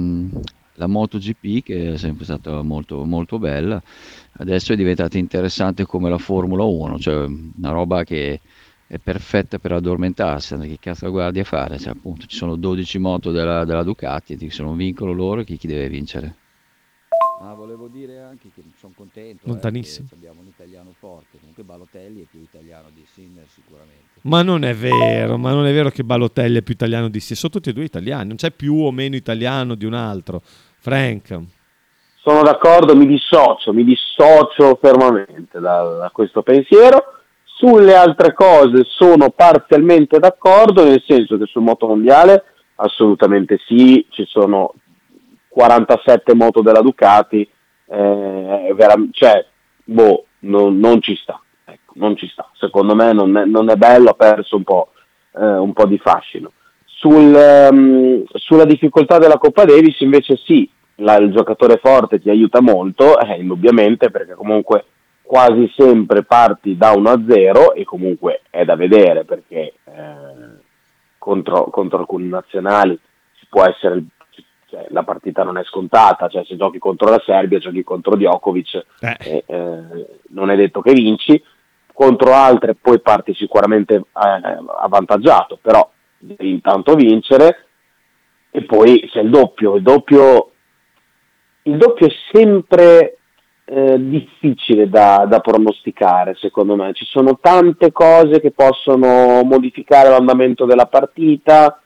la MotoGP che è sempre stata molto, molto bella, adesso è diventata interessante come la Formula uno, cioè una roba che è perfetta per addormentarsi. Che cazzo la guardi a fare? Cioè, appunto, ci sono dodici moto della, della Ducati, se non vincono loro chi, chi deve vincere? Ah, volevo dire anche che sono contento lontanissimo eh, che abbiamo un italiano forte, comunque Balotelli è più italiano di Sinner sicuramente. Ma non è vero, ma non è vero che Balotelli è più italiano di Sinner, sono tutti e due italiani, non c'è più o meno italiano di un altro. Frank. Sono d'accordo, mi dissocio, mi dissocio fermamente da, da questo pensiero. Sulle altre cose sono parzialmente d'accordo, nel senso che sul moto mondiale assolutamente sì, ci sono quarantasette moto della Ducati, eh, vera- cioè, boh, non, non ci sta, ecco, non ci sta. Secondo me non è, non è bello, ha perso un po', eh, un po' di fascino. Sul, um, sulla difficoltà della Coppa Davis invece sì, la, il giocatore forte ti aiuta molto, eh, indubbiamente, perché comunque quasi sempre parti da uno a zero e comunque è da vedere, perché eh, contro, contro alcuni nazionali si può essere, cioè, la partita non è scontata, cioè se giochi contro la Serbia, giochi contro Djokovic, eh. E, eh, non è detto che vinci, contro altre poi parti sicuramente eh, avvantaggiato, però devi intanto vincere. E poi c'è il doppio, il doppio il doppio è sempre eh, difficile da, da pronosticare, secondo me. Ci sono tante cose che possono modificare l'andamento della partita,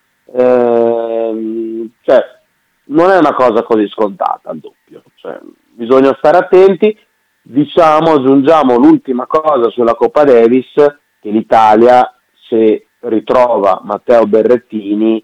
ehm, cioè non è una cosa così scontata il doppio, cioè, bisogna stare attenti. Diciamo, aggiungiamo l'ultima cosa sulla Coppa Davis, che l'Italia, se ritrova Matteo Berrettini,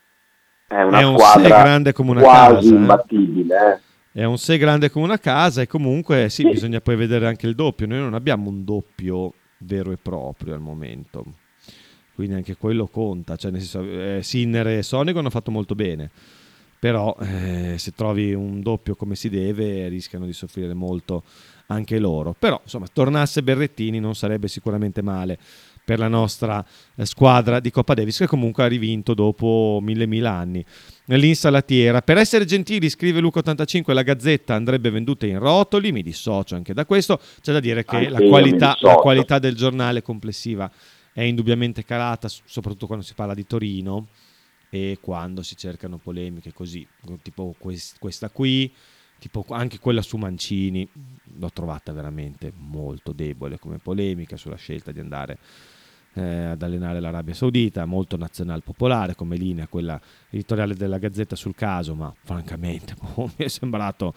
è una è un squadra sei grande come una quasi casa, eh? imbattibile. Eh. È un sei grande come una casa, e comunque sì, Sì. bisogna poi vedere anche il doppio. Noi non abbiamo un doppio vero e proprio al momento, quindi anche quello conta. Cioè, nel senso, eh, Sinner e Sonego hanno fatto molto bene, però eh, se trovi un doppio come si deve rischiano di soffrire molto anche loro. Però insomma, tornasse Berrettini non sarebbe sicuramente male per la nostra eh, squadra di Coppa Davis, che comunque ha rivinto dopo mille mila anni nell'insalatiera. Per essere gentili, scrive Luca ottantacinque, la Gazzetta andrebbe venduta in rotoli. Mi dissocio anche da questo. C'è da dire che la qualità, la qualità del giornale complessiva è indubbiamente calata, soprattutto quando si parla di Torino e quando si cercano polemiche così, tipo quest- questa qui, tipo anche quella su Mancini, l'ho trovata veramente molto debole come polemica sulla scelta di andare eh, ad allenare l'Arabia Saudita, molto nazional popolare come linea, quella editoriale della Gazzetta sul caso, ma francamente boh, mi è sembrato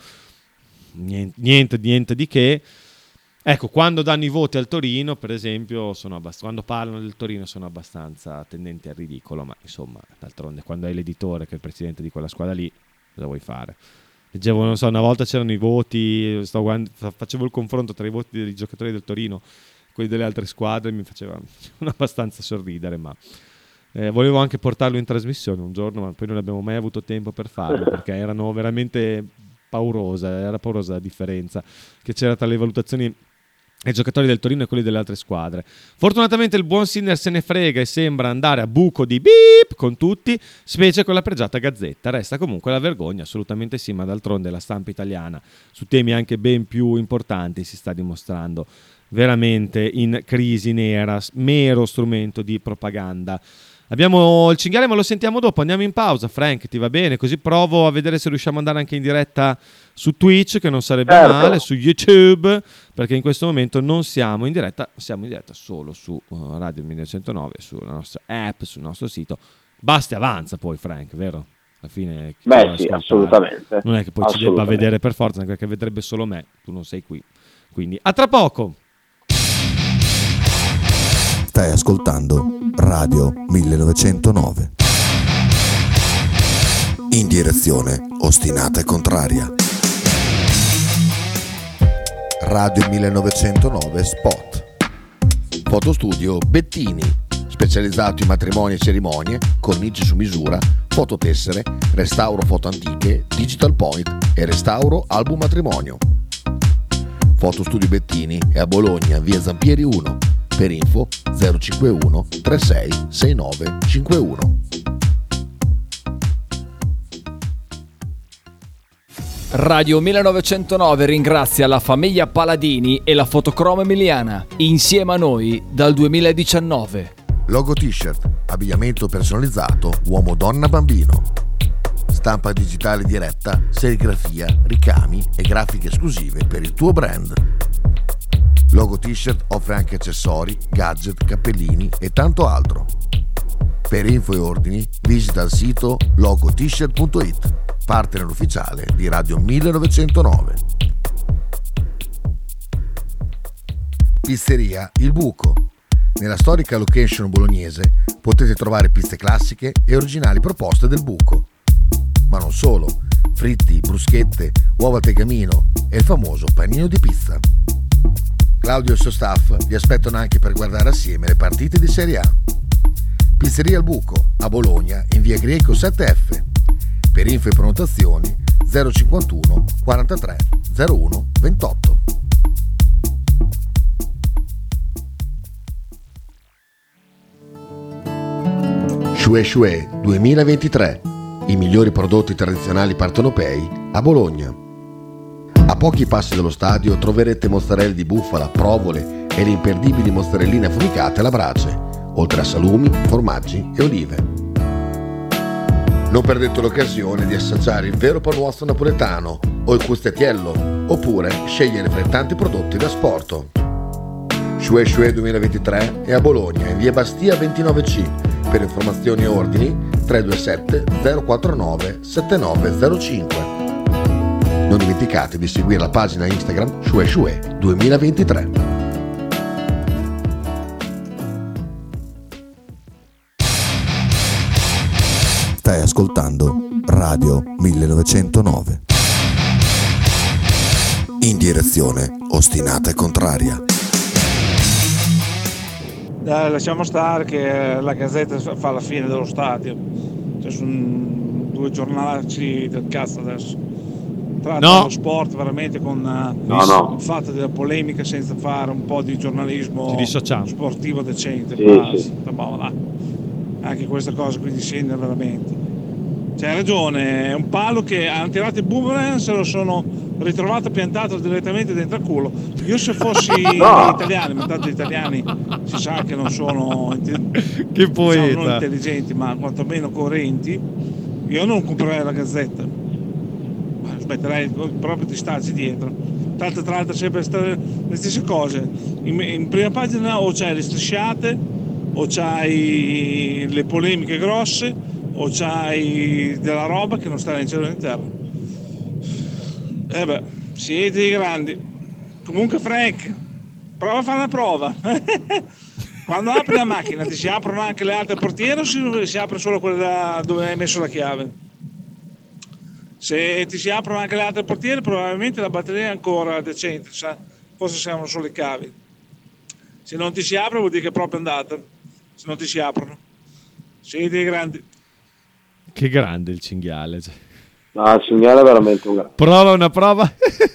niente, niente, niente di che. Ecco, quando danno i voti al Torino, per esempio, sono abbast- quando parlano del Torino sono abbastanza tendenti al ridicolo, ma insomma, d'altronde, quando hai l'editore che è il presidente di quella squadra lì, cosa vuoi fare? Leggevo, non so, una volta c'erano i voti, sto guardando, facevo il confronto tra i voti dei giocatori del Torino e quelli delle altre squadre, e mi faceva abbastanza sorridere, ma eh, volevo anche portarlo in trasmissione un giorno, ma poi non abbiamo mai avuto tempo per farlo, perché erano veramente paurosa, era paurosa la differenza che c'era tra le valutazioni ai giocatori del Torino e quelli delle altre squadre. Fortunatamente il buon Sinner se ne frega e sembra andare a buco di beep con tutti, specie con la pregiata Gazzetta. Resta comunque la vergogna, assolutamente sì, ma d'altronde la stampa italiana su temi anche ben più importanti si sta dimostrando veramente in crisi nera, mero strumento di propaganda. Abbiamo il cinghiale, ma lo sentiamo dopo. Andiamo in pausa. Frank, ti va bene? Così provo a vedere se riusciamo ad andare anche in diretta su Twitch, che non sarebbe certo. male, su YouTube, perché in questo momento non siamo in diretta, siamo in diretta solo su uh, Radio millenovecentonove, sulla nostra app, sul nostro sito. Basta e avanza poi, Frank, vero? Alla fine chi Beh sì, assolutamente. Non è che poi ci debba vedere per forza, anche perché vedrebbe solo me, tu non sei qui. Quindi a tra poco. Stai ascoltando Radio millenovecentonove. In direzione ostinata e contraria. Radio millenovecentonove Spot. Fotostudio Bettini, specializzato in matrimoni e cerimonie, cornici su misura, fototessere, restauro foto antiche, digital point e restauro album matrimonio. Fotostudio Bettini è a Bologna, via Zampieri uno. Per info zero cinquantuno trentasei sessantanove cinquantuno. Radio millenovecentonove ringrazia la famiglia Paladini e la Fotocromo Emiliana, insieme a noi dal duemiladiciannove. Logo t-shirt, abbigliamento personalizzato, uomo, donna, bambino. Stampa digitale diretta, serigrafia, ricami e grafiche esclusive per il tuo brand. Logo t-shirt offre anche accessori, gadget, cappellini e tanto altro. Per info e ordini visita il sito logo t shirt punto it, partner ufficiale di Radio millenovecentonove. Pizzeria Il Buco. Nella storica location bolognese potete trovare piste classiche e originali proposte del buco. Ma non solo, fritti, bruschette, uova al tegamino e il famoso panino di pizza. Claudio e il suo staff vi aspettano anche per guardare assieme le partite di Serie A. Pizzeria Il Buco, a Bologna, in via Greco sette F. Per info e prenotazioni zero cinquantuno quarantatré zero uno ventotto. Shue Shue duemilaventitré. I migliori prodotti tradizionali partenopei a Bologna. A pochi passi dallo stadio troverete mozzarella di bufala, provole e le imperdibili mozzarelline affumicate alla brace, oltre a salumi, formaggi e olive. Non perdete l'occasione di assaggiare il vero panuozzo napoletano o il custettiello, oppure scegliere fra i tanti prodotti da sport. Shue Shue duemilaventitré è a Bologna, in via Bastia ventinove C. Per informazioni e ordini tre due sette zero quattro nove sette nove zero cinque. Non dimenticatevi di seguire la pagina Instagram Shue Shue duemilaventitré. Stai ascoltando Radio millenovecentonove. In direzione ostinata e contraria. Dai, lasciamo stare che la Gazzetta fa la fine dello stadio. Cioè, sono due giornalacci del cazzo adesso. Trattano No. lo sport veramente con uh, No, no. il fatto della polemica senza fare un po' di giornalismo Ci dissociamo. sportivo decente. Sì, Basta. sì. Boh, là. Anche questa cosa, quindi Sinner veramente. C'hai ragione, è un palo che hanno tirato il boomerang, se lo sono ritrovato piantato direttamente dentro il culo. Io se fossi No. italiani, ma tanto gli italiani si sa che non sono, inte- Che diciamo, poeta. non intelligenti, ma quantomeno coerenti, io non comprerei la Gazzetta. Ma smetterei proprio di starci dietro. Tanto tra l'altro sempre sta- le stesse cose. In, in prima pagina o c'hai le strisciate, o c'hai le polemiche grosse, o c'hai della roba che non sta né in cielo né in terra. Eh beh, siete dei grandi. Comunque Frank, prova a fare una prova. Quando apri la macchina ti si aprono anche le altre portiere o si, si apre solo quella dove hai messo la chiave? Se ti si aprono anche le altre portiere probabilmente la batteria è ancora decente, sa? Forse siamo solo i cavi. Se non ti si apre vuol dire che è proprio andata. Se non ti si aprono. Siete dei grandi. Che grande il cinghiale. Cioè. No, il segnale è veramente un grande. Prova una prova.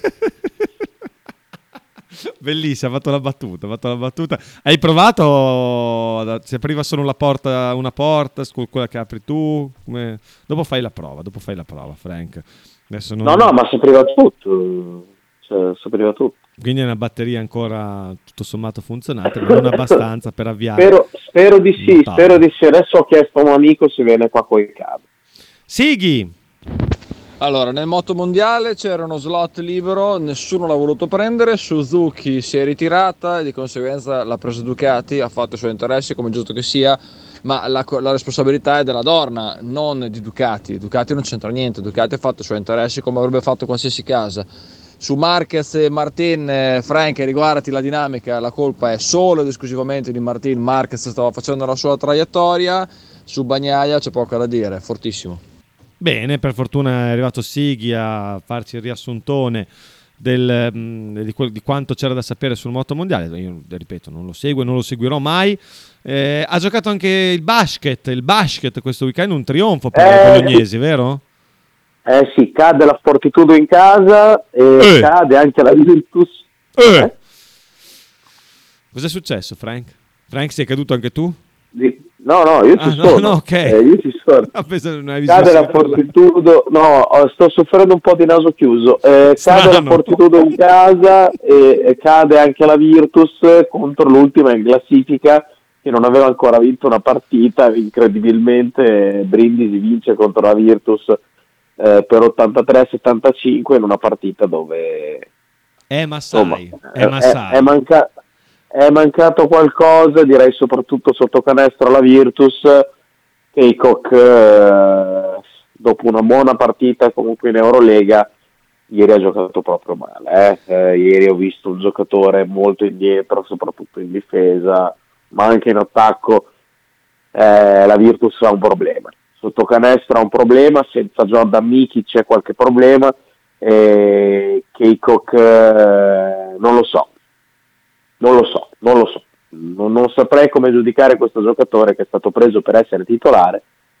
Bellissima, ha fatto la battuta, ha fatto la battuta. Hai provato? Si apriva solo la porta, una porta, con quella che apri tu? Come... Dopo fai la prova, dopo fai la prova, Frank. Adesso non... No, no, ma si apriva tutto. Cioè, si apriva tutto. Quindi è una batteria ancora tutto sommato funzionante, ma non abbastanza per avviare. Spero, spero di sì, Montale. spero di sì. Adesso ho chiesto a un amico se viene qua coi cavi. Sighi! Allora, nel moto mondiale c'era uno slot libero, nessuno l'ha voluto prendere, Suzuki si è ritirata e di conseguenza l'ha preso Ducati, ha fatto i suoi interessi come giusto che sia, ma la, la responsabilità è della Dorna, non di Ducati. Ducati non c'entra niente, Ducati ha fatto i suoi interessi come avrebbe fatto qualsiasi casa. Su Marquez e Martin, eh, Frank, riguardati la dinamica, la colpa è solo ed esclusivamente di Martin. Marquez stava facendo la sua traiettoria, su Bagnaia c'è poco da dire, fortissimo. Bene, per fortuna è arrivato Sighi a farci il riassuntone del, mh, di, quel, di quanto c'era da sapere sul moto mondiale. Io ripeto, non lo seguo e non lo seguirò mai. Eh, ha giocato anche il basket, il basket questo weekend, un trionfo per Eh, i bolognesi, vero? Eh sì, cade la Fortitudo in casa e Eh. cade anche la Virtus. Eh. Eh? Cos'è successo, Frank? Frank, sei caduto anche tu? Di- No, no, io ci Ah, no, sono. no, ok. Eh, io ci sono. Ah, penso che non hai visto Cade la la Fortitudo, no, oh, sto soffrendo un po' di naso chiuso. Eh, Strano. cade la Fortitudo in casa e, e cade anche la Virtus contro l'ultima in classifica che non aveva ancora vinto una partita. Incredibilmente Brindisi vince contro la Virtus eh, per ottantatré a settantacinque in una partita dove È Massai, insomma, è Massai. è, è manca- è mancato qualcosa, direi soprattutto sotto canestro alla Virtus. Keikok eh, dopo una buona partita comunque in Eurolega ieri ha giocato proprio male eh. Eh, ieri ho visto un giocatore molto indietro, soprattutto in difesa ma anche in attacco. Eh, la Virtus ha un problema sotto canestro, ha un problema, senza Jordan Miki c'è qualche problema. eh, Keikok eh, non lo so non lo so non lo so non, non saprei come giudicare questo giocatore che è stato preso per essere titolare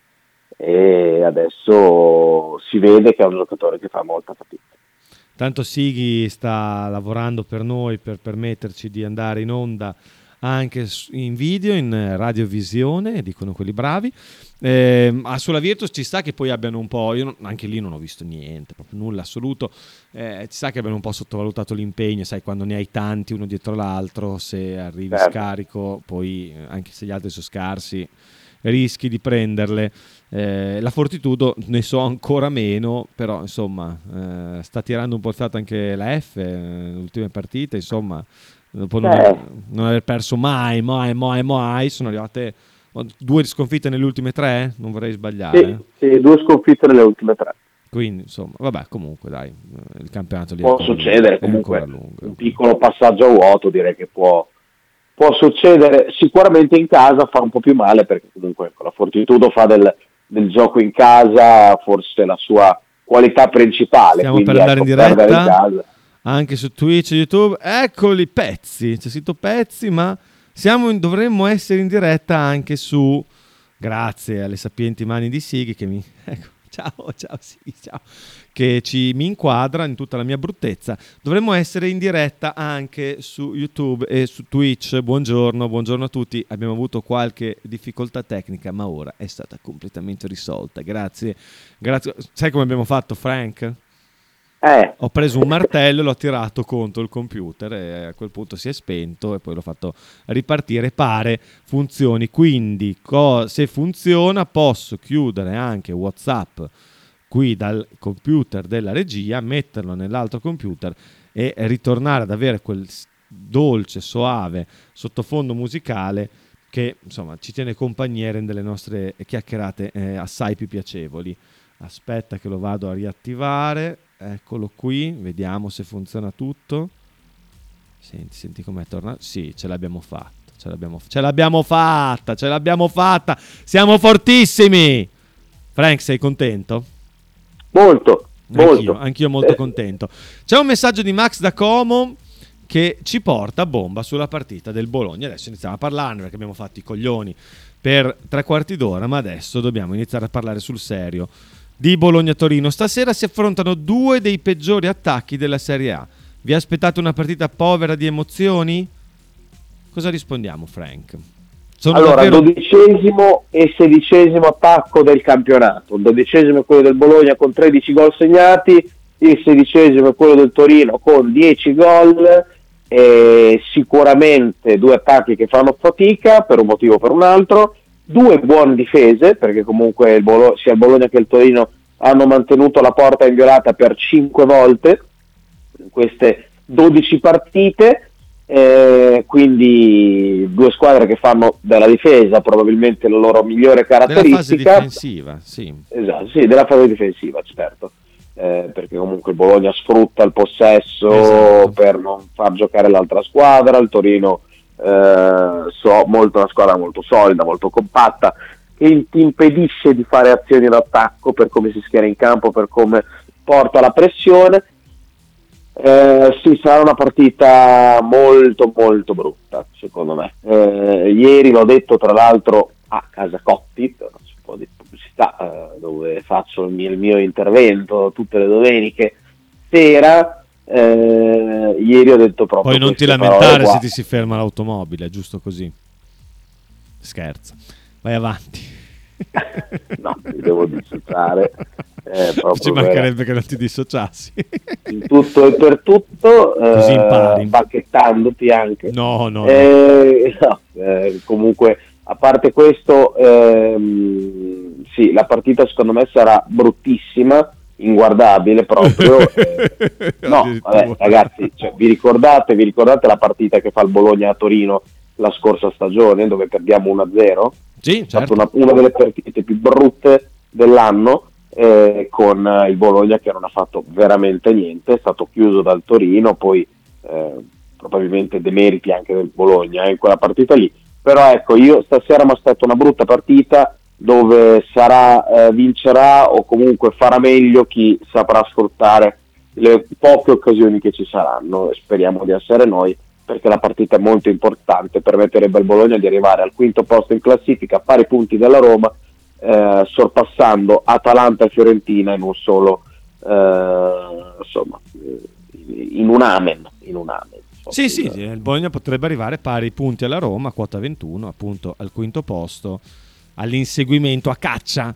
e adesso si vede che è un giocatore che fa molta fatica. Tanto Sighi sta lavorando per noi per permetterci di andare in onda anche in video, in radiovisione, dicono quelli bravi. Eh, ah, sulla Virtus ci sta che poi abbiano un po', io non, anche lì non ho visto niente, proprio nulla assoluto. Eh, ci sta che abbiano un po' sottovalutato l'impegno, sai, quando ne hai tanti uno dietro l'altro, se arrivi Certo. scarico, poi anche se gli altri sono scarsi, rischi di prenderle. Eh, la Fortitudo ne so ancora meno, però insomma eh, sta tirando un po' il fiato anche la F, eh, le ultime partite, insomma, dopo non, Eh. aver, non aver perso mai, mai, mai, mai, sono arrivate due sconfitte nelle ultime tre, non vorrei sbagliare. Sì, sì, due sconfitte nelle ultime tre. Quindi insomma, vabbè, comunque dai, il campionato lì Può è ancora succedere lungo, è comunque, ancora lungo. un piccolo passaggio a vuoto direi che può, può succedere. Sicuramente in casa fa un po' più male, perché comunque la Fortitudo fa del, del gioco in casa forse la sua qualità principale. Stiamo quindi, per andare ecco, in perdere diretta in casa. anche su Twitch e YouTube. Eccoli pezzi, c'è scritto pezzi, ma siamo in, dovremmo essere in diretta anche su, grazie alle sapienti mani di Sighi che mi ecco, ciao ciao Sighi, ciao, che ci mi inquadra in tutta la mia bruttezza. Dovremmo essere in diretta anche su YouTube e su Twitch. Buongiorno, buongiorno a tutti. Abbiamo avuto qualche difficoltà tecnica, ma ora è stata completamente risolta. Grazie. Grazie. Sai come abbiamo fatto, Frank? Eh. Ho preso un martello e l'ho tirato contro il computer e a quel punto si è spento e poi l'ho fatto ripartire. Pare funzioni, quindi co- se funziona posso chiudere anche WhatsApp qui dal computer della regia, metterlo nell'altro computer e ritornare ad avere quel dolce, soave sottofondo musicale che insomma ci tiene compagnia e rende le nostre chiacchierate eh, assai più piacevoli. Aspetta che lo vado a riattivare, eccolo qui, vediamo se funziona tutto. Senti, senti com'è tornato. Sì, ce l'abbiamo fatta, ce l'abbiamo, ce l'abbiamo fatta, ce l'abbiamo fatta, siamo fortissimi. Frank, sei contento? Molto, molto. Anch'io, anch'io molto contento. C'è un messaggio di Max da Como che ci porta a bomba sulla partita del Bologna. Adesso iniziamo a parlarne perché abbiamo fatto i coglioni per tre quarti d'ora, ma adesso dobbiamo iniziare a parlare sul serio di Bologna-Torino. Stasera si affrontano due dei peggiori attacchi della Serie A. Vi aspettate una partita povera di emozioni? Cosa rispondiamo, Frank? Sono allora, davvero... dodicesimo e sedicesimo attacco del campionato. Il dodicesimo è quello del Bologna con tredici gol segnati, il sedicesimo è quello del Torino con dieci gol. E sicuramente due attacchi che fanno fatica per un motivo o per un altro, due buone difese, perché comunque il Bolo- sia il Bologna che il Torino hanno mantenuto la porta inviolata per cinque volte in queste dodici partite. Eh, quindi due squadre che fanno della difesa probabilmente la loro migliore caratteristica. Della fase difensiva, sì. Esatto, sì, della fase difensiva, certo. Eh, perché comunque il Bologna sfrutta il possesso, esatto, per non far giocare l'altra squadra. Il Torino eh, so, molto, una squadra molto solida, molto compatta, che ti impedisce di fare azioni d'attacco per come si schiera in campo, per come porta la pressione. Eh, sì, sarà una partita molto molto brutta secondo me. Eh, ieri l'ho detto tra l'altro a Casa Cotti, per un po' di pubblicità, eh, dove faccio il mio, il mio intervento tutte le domeniche sera. Eh, ieri ho detto proprio poi non ti lamentare se ti si ferma l'automobile, giusto così, scherzo, vai avanti. No, mi devo dissociare, eh, ci mancherebbe che non ti dissociassi in tutto e per tutto, così impari, eh, bacchettandoti anche. No, no, eh, no. no eh, comunque, a parte questo, ehm, sì, la partita secondo me sarà bruttissima, inguardabile proprio. eh, no, vabbè, ragazzi, cioè, vi ricordate, vi ricordate la partita che fa il Bologna a Torino la scorsa stagione, dove perdiamo uno a zero? Sì, è certo. stata una, una delle partite più brutte dell'anno, eh, con eh, il Bologna che non ha fatto veramente niente, è stato chiuso dal Torino, poi eh, probabilmente demeriti anche del Bologna eh, in quella partita lì. Però ecco, io stasera mi aspetto una brutta partita dove sarà eh, vincerà o comunque farà meglio chi saprà sfruttare le poche occasioni che ci saranno. Speriamo di essere noi, perché la partita è molto importante, permetterebbe al Bologna di arrivare al quinto posto in classifica, a pari punti della Roma, eh, sorpassando Atalanta e Fiorentina in un solo, eh, insomma, in un amen, in un amen. Sì, sì, sì, il Bologna potrebbe arrivare pari punti alla Roma, quota ventuno, appunto al quinto posto, all'inseguimento, a caccia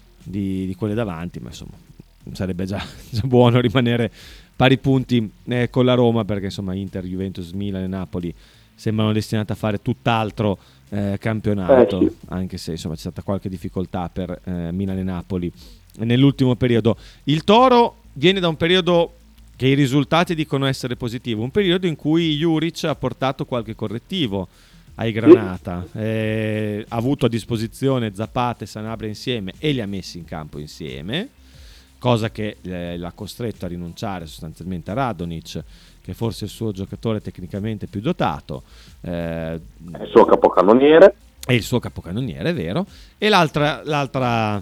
di, di quelle davanti, ma insomma sarebbe già, già buono rimanere pari punti eh, con la Roma, perché insomma Inter, Juventus, Milan e Napoli sembrano destinate a fare tutt'altro eh, campionato, eh, sì. anche se insomma c'è stata qualche difficoltà per eh, Milan e Napoli nell'ultimo periodo. Il Toro viene da un periodo che i risultati dicono essere positivo, un periodo in cui Juric ha portato qualche correttivo ai Granata, eh, ha avuto a disposizione Zapata e Sanabria insieme e li ha messi in campo insieme, cosa che eh, l'ha costretto a rinunciare sostanzialmente a Radonic, che forse è il suo giocatore tecnicamente più dotato, eh, è il suo capocannoniere, è il suo capocannoniere, è vero. E l'altra, l'altra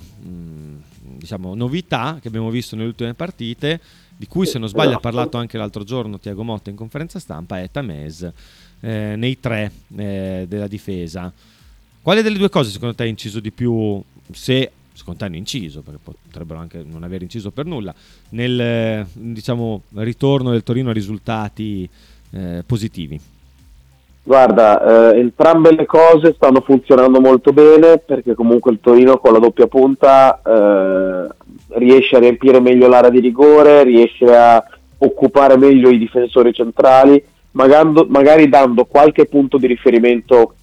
mh, diciamo novità che abbiamo visto nelle ultime partite, di cui se non sbaglio ha parlato anche l'altro giorno Thiago Motta in conferenza stampa, è Tamez eh, nei tre eh, della difesa. Quale delle due cose secondo te ha inciso di più, se secondo te hanno inciso, perché potrebbero anche non aver inciso per nulla, nel eh, diciamo ritorno del Torino a risultati eh, positivi? Guarda, eh, entrambe le cose stanno funzionando molto bene, perché comunque il Torino con la doppia punta eh, riesce a riempire meglio l'area di rigore, riesce a occupare meglio i difensori centrali, magari, magari dando qualche punto di riferimento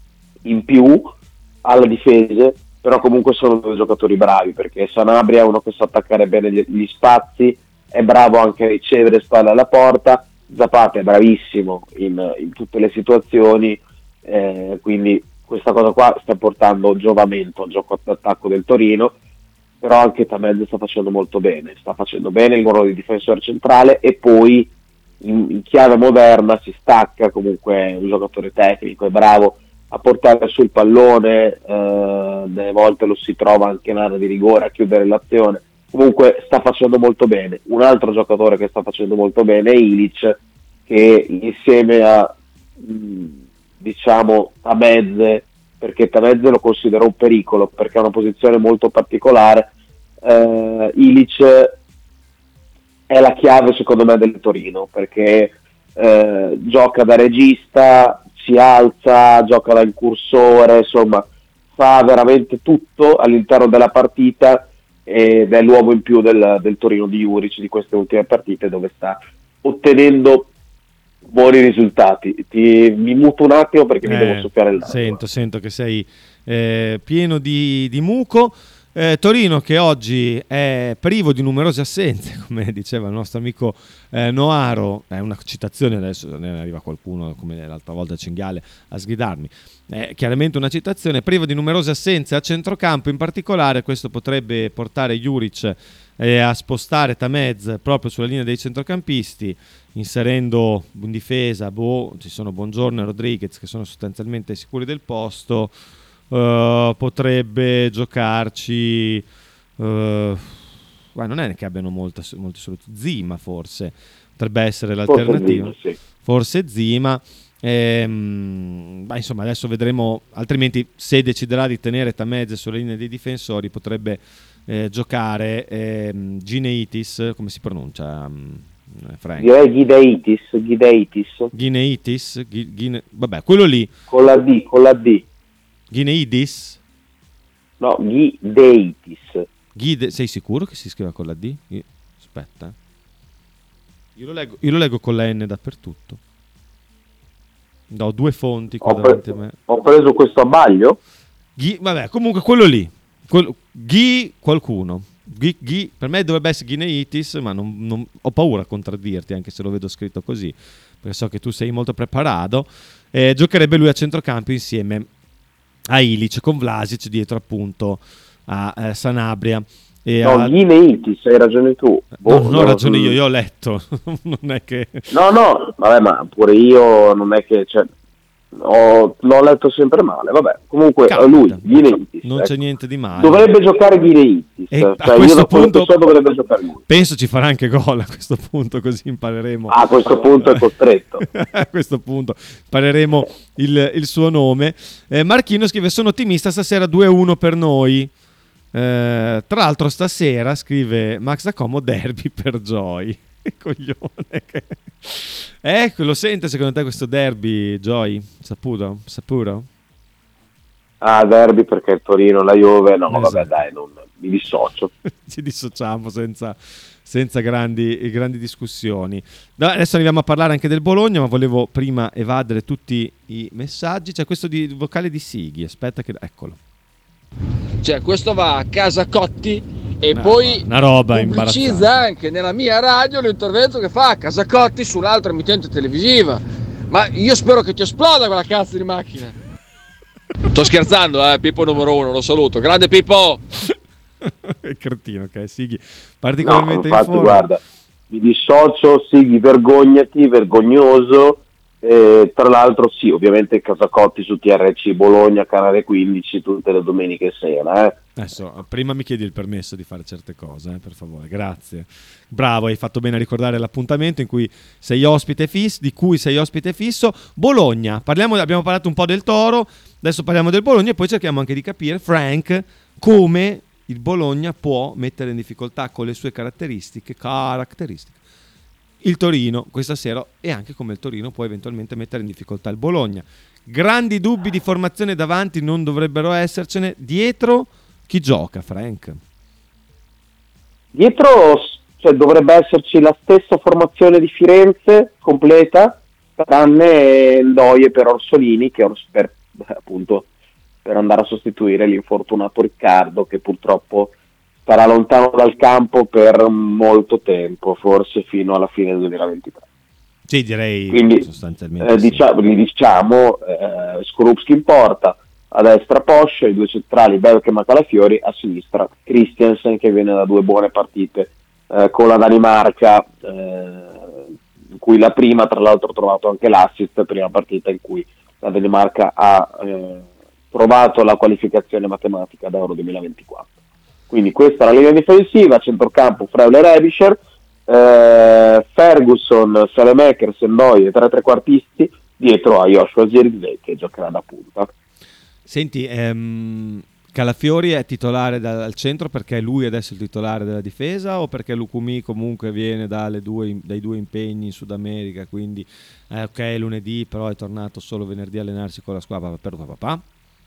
in più alla difesa, però comunque sono due giocatori bravi, perché Sanabria è uno che sa attaccare bene gli, gli spazi, è bravo anche a ricevere spalle alla porta, Zapata è bravissimo in, in tutte le situazioni, eh, quindi questa cosa qua sta portando giovamento al gioco d'attacco del Torino, però anche Tamez sta facendo molto bene, sta facendo bene il ruolo di difensore centrale e poi in, in chiave moderna si stacca, comunque è un giocatore tecnico, è bravo a portare sul pallone, eh, delle volte lo si trova anche in area di rigore a chiudere l'azione. Comunque sta facendo molto bene. Un altro giocatore che sta facendo molto bene è Ilic, che insieme a mh, diciamo Tamez, perché Tamez lo considero un pericolo perché ha una posizione molto particolare, eh, Ilic è la chiave secondo me del Torino, perché eh, gioca da regista, si alza, gioca da incursore, insomma fa veramente tutto all'interno della partita ed è l'uomo in più del, del Torino di Juric di queste ultime partite, dove sta ottenendo buoni risultati. Ti, mi muto un attimo perché eh, mi devo soffiare il naso. Sento, sento che sei eh, pieno di, di muco. Eh, Torino che oggi è privo di numerose assenze, come diceva il nostro amico eh, Noaro, è una citazione, adesso ne arriva qualcuno come l'altra volta Cinghiale a sgridarmi, è chiaramente una citazione, privo di numerose assenze a centrocampo, in particolare questo potrebbe portare Juric eh, a spostare Tamez proprio sulla linea dei centrocampisti, inserendo in difesa boh, ci sono Buongiorno e Rodriguez che sono sostanzialmente sicuri del posto. Uh, potrebbe giocarci uh, ma non è che abbiano molta, molte soluzioni. Zima forse potrebbe essere l'alternativa, forse Zima, sì. forse Zima ehm, ma insomma adesso vedremo, altrimenti se deciderà di tenere Tamez sulla linea dei difensori potrebbe eh, giocare ehm, Gineitis, come si pronuncia um, Frank? Direi Ghideitis Ghideitis Gineitis Ghi, Gine, vabbè quello lì con la D con la D Gineidis? No, Ghideitis. Ghide, sei sicuro che si scriva con la D? Io, aspetta. Io lo, leggo, io lo leggo con la N dappertutto. Ho due fonti qua Ho, davanti pre- a me. ho preso questo abbaglio? Ghi, vabbè, comunque quello lì. Quello, Ghi qualcuno. Ghi, Ghi, per me dovrebbe essere Gineitis, ma non, non, ho paura a contraddirti, anche se lo vedo scritto così, perché so che tu sei molto preparato. Eh, giocherebbe lui a centrocampo insieme a Ilic, con Vlasic dietro appunto a eh, Sanabria e no, a... Gineitis, hai ragione tu. No, Boh, non ho no, ragione mm. io, io ho letto. Non è che... No, no, vabbè, ma pure io non è che... Cioè, ho, l'ho letto sempre male, vabbè. Comunque, Capita. lui, Gineitis. Non ecco. c'è niente di male. Dovrebbe giocare Gineitis. E cioè, a questo io punto so, dovrebbe giocare lui. Penso ci farà anche gol a questo punto, così impareremo. A questo punto è costretto. A questo punto impareremo il, il suo nome. Eh, Marchino scrive: sono ottimista, stasera due a uno per noi. Eh, tra l'altro stasera, scrive Max da Como, derby per Joy. Coglione. Che... Ecco, lo sente secondo te questo derby, Joy? Saputo? Sapuro? Ah, derby perché il Torino, la Juve, no, Esatto. vabbè dai, non, mi dissocio. Ci dissociamo senza, senza grandi, grandi discussioni. Da- adesso arriviamo a parlare anche del Bologna, ma volevo prima evadere tutti i messaggi. C'è questo di vocale di Sighi, aspetta che... Eccolo. Cioè, questo va a casa Cotti e No, poi una roba pubblicizza imbarazzante. anche nella mia radio l'intervento che fa a casa Cotti sull'altra emittente televisiva. Ma io spero che ti esploda quella cazzo di macchina. Sto scherzando, eh, Pippo numero uno, lo saluto. Grande Pippo! Che cretino che è Sighi, No, particolarmente in infatti forma. guarda, mi dissocio, Sighi, vergognati, vergognoso. Eh, tra l'altro sì, ovviamente Casacotti su T R C Bologna, canale quindici, tutte le domeniche sera. Eh. Adesso, prima mi chiedi il permesso di fare certe cose, eh, per favore, grazie. Bravo, hai fatto bene a ricordare l'appuntamento in cui sei ospite fisso, di cui sei ospite fisso. Bologna, parliamo, abbiamo parlato un po' del Toro, adesso parliamo del Bologna e poi cerchiamo anche di capire, Frank, come il Bologna può mettere in difficoltà con le sue caratteristiche, caratteristiche il Torino questa sera, e anche come il Torino può eventualmente mettere in difficoltà il Bologna. Grandi dubbi di formazione davanti non dovrebbero essercene. Dietro chi gioca, Frank? Dietro cioè, dovrebbe esserci la stessa formazione di Firenze completa, tranne Ndoye per Orsolini, che Ors- per, appunto per andare a sostituire l'infortunato Riccardo, che purtroppo sarà lontano dal campo per molto tempo, forse fino alla fine del duemilaventitré. Sì, direi Quindi sostanzialmente eh, sì. diciamo, gli diciamo eh, Skorupski in porta, a destra Poscia, i due centrali Belke e Calafiori, a sinistra Christiansen, che viene da due buone partite eh, con la Danimarca, eh, in cui la prima tra l'altro ha trovato anche l'assist, prima partita in cui la Danimarca ha eh, trovato la qualificazione matematica da Euro duemilaventiquattro. Quindi questa è la linea difensiva, centrocampo Freuler e Ebischer, eh, Ferguson, Salemakers, Ndoye, tre trequartisti, dietro a Joshua Zirkzee che giocherà da punta. Senti, ehm, Calafiori è titolare da- al centro perché lui adesso è il titolare della difesa, o perché Lukumi comunque viene dalle due, dai due impegni in Sud America, quindi eh, ok lunedì però è tornato solo venerdì a allenarsi con la squadra per papà?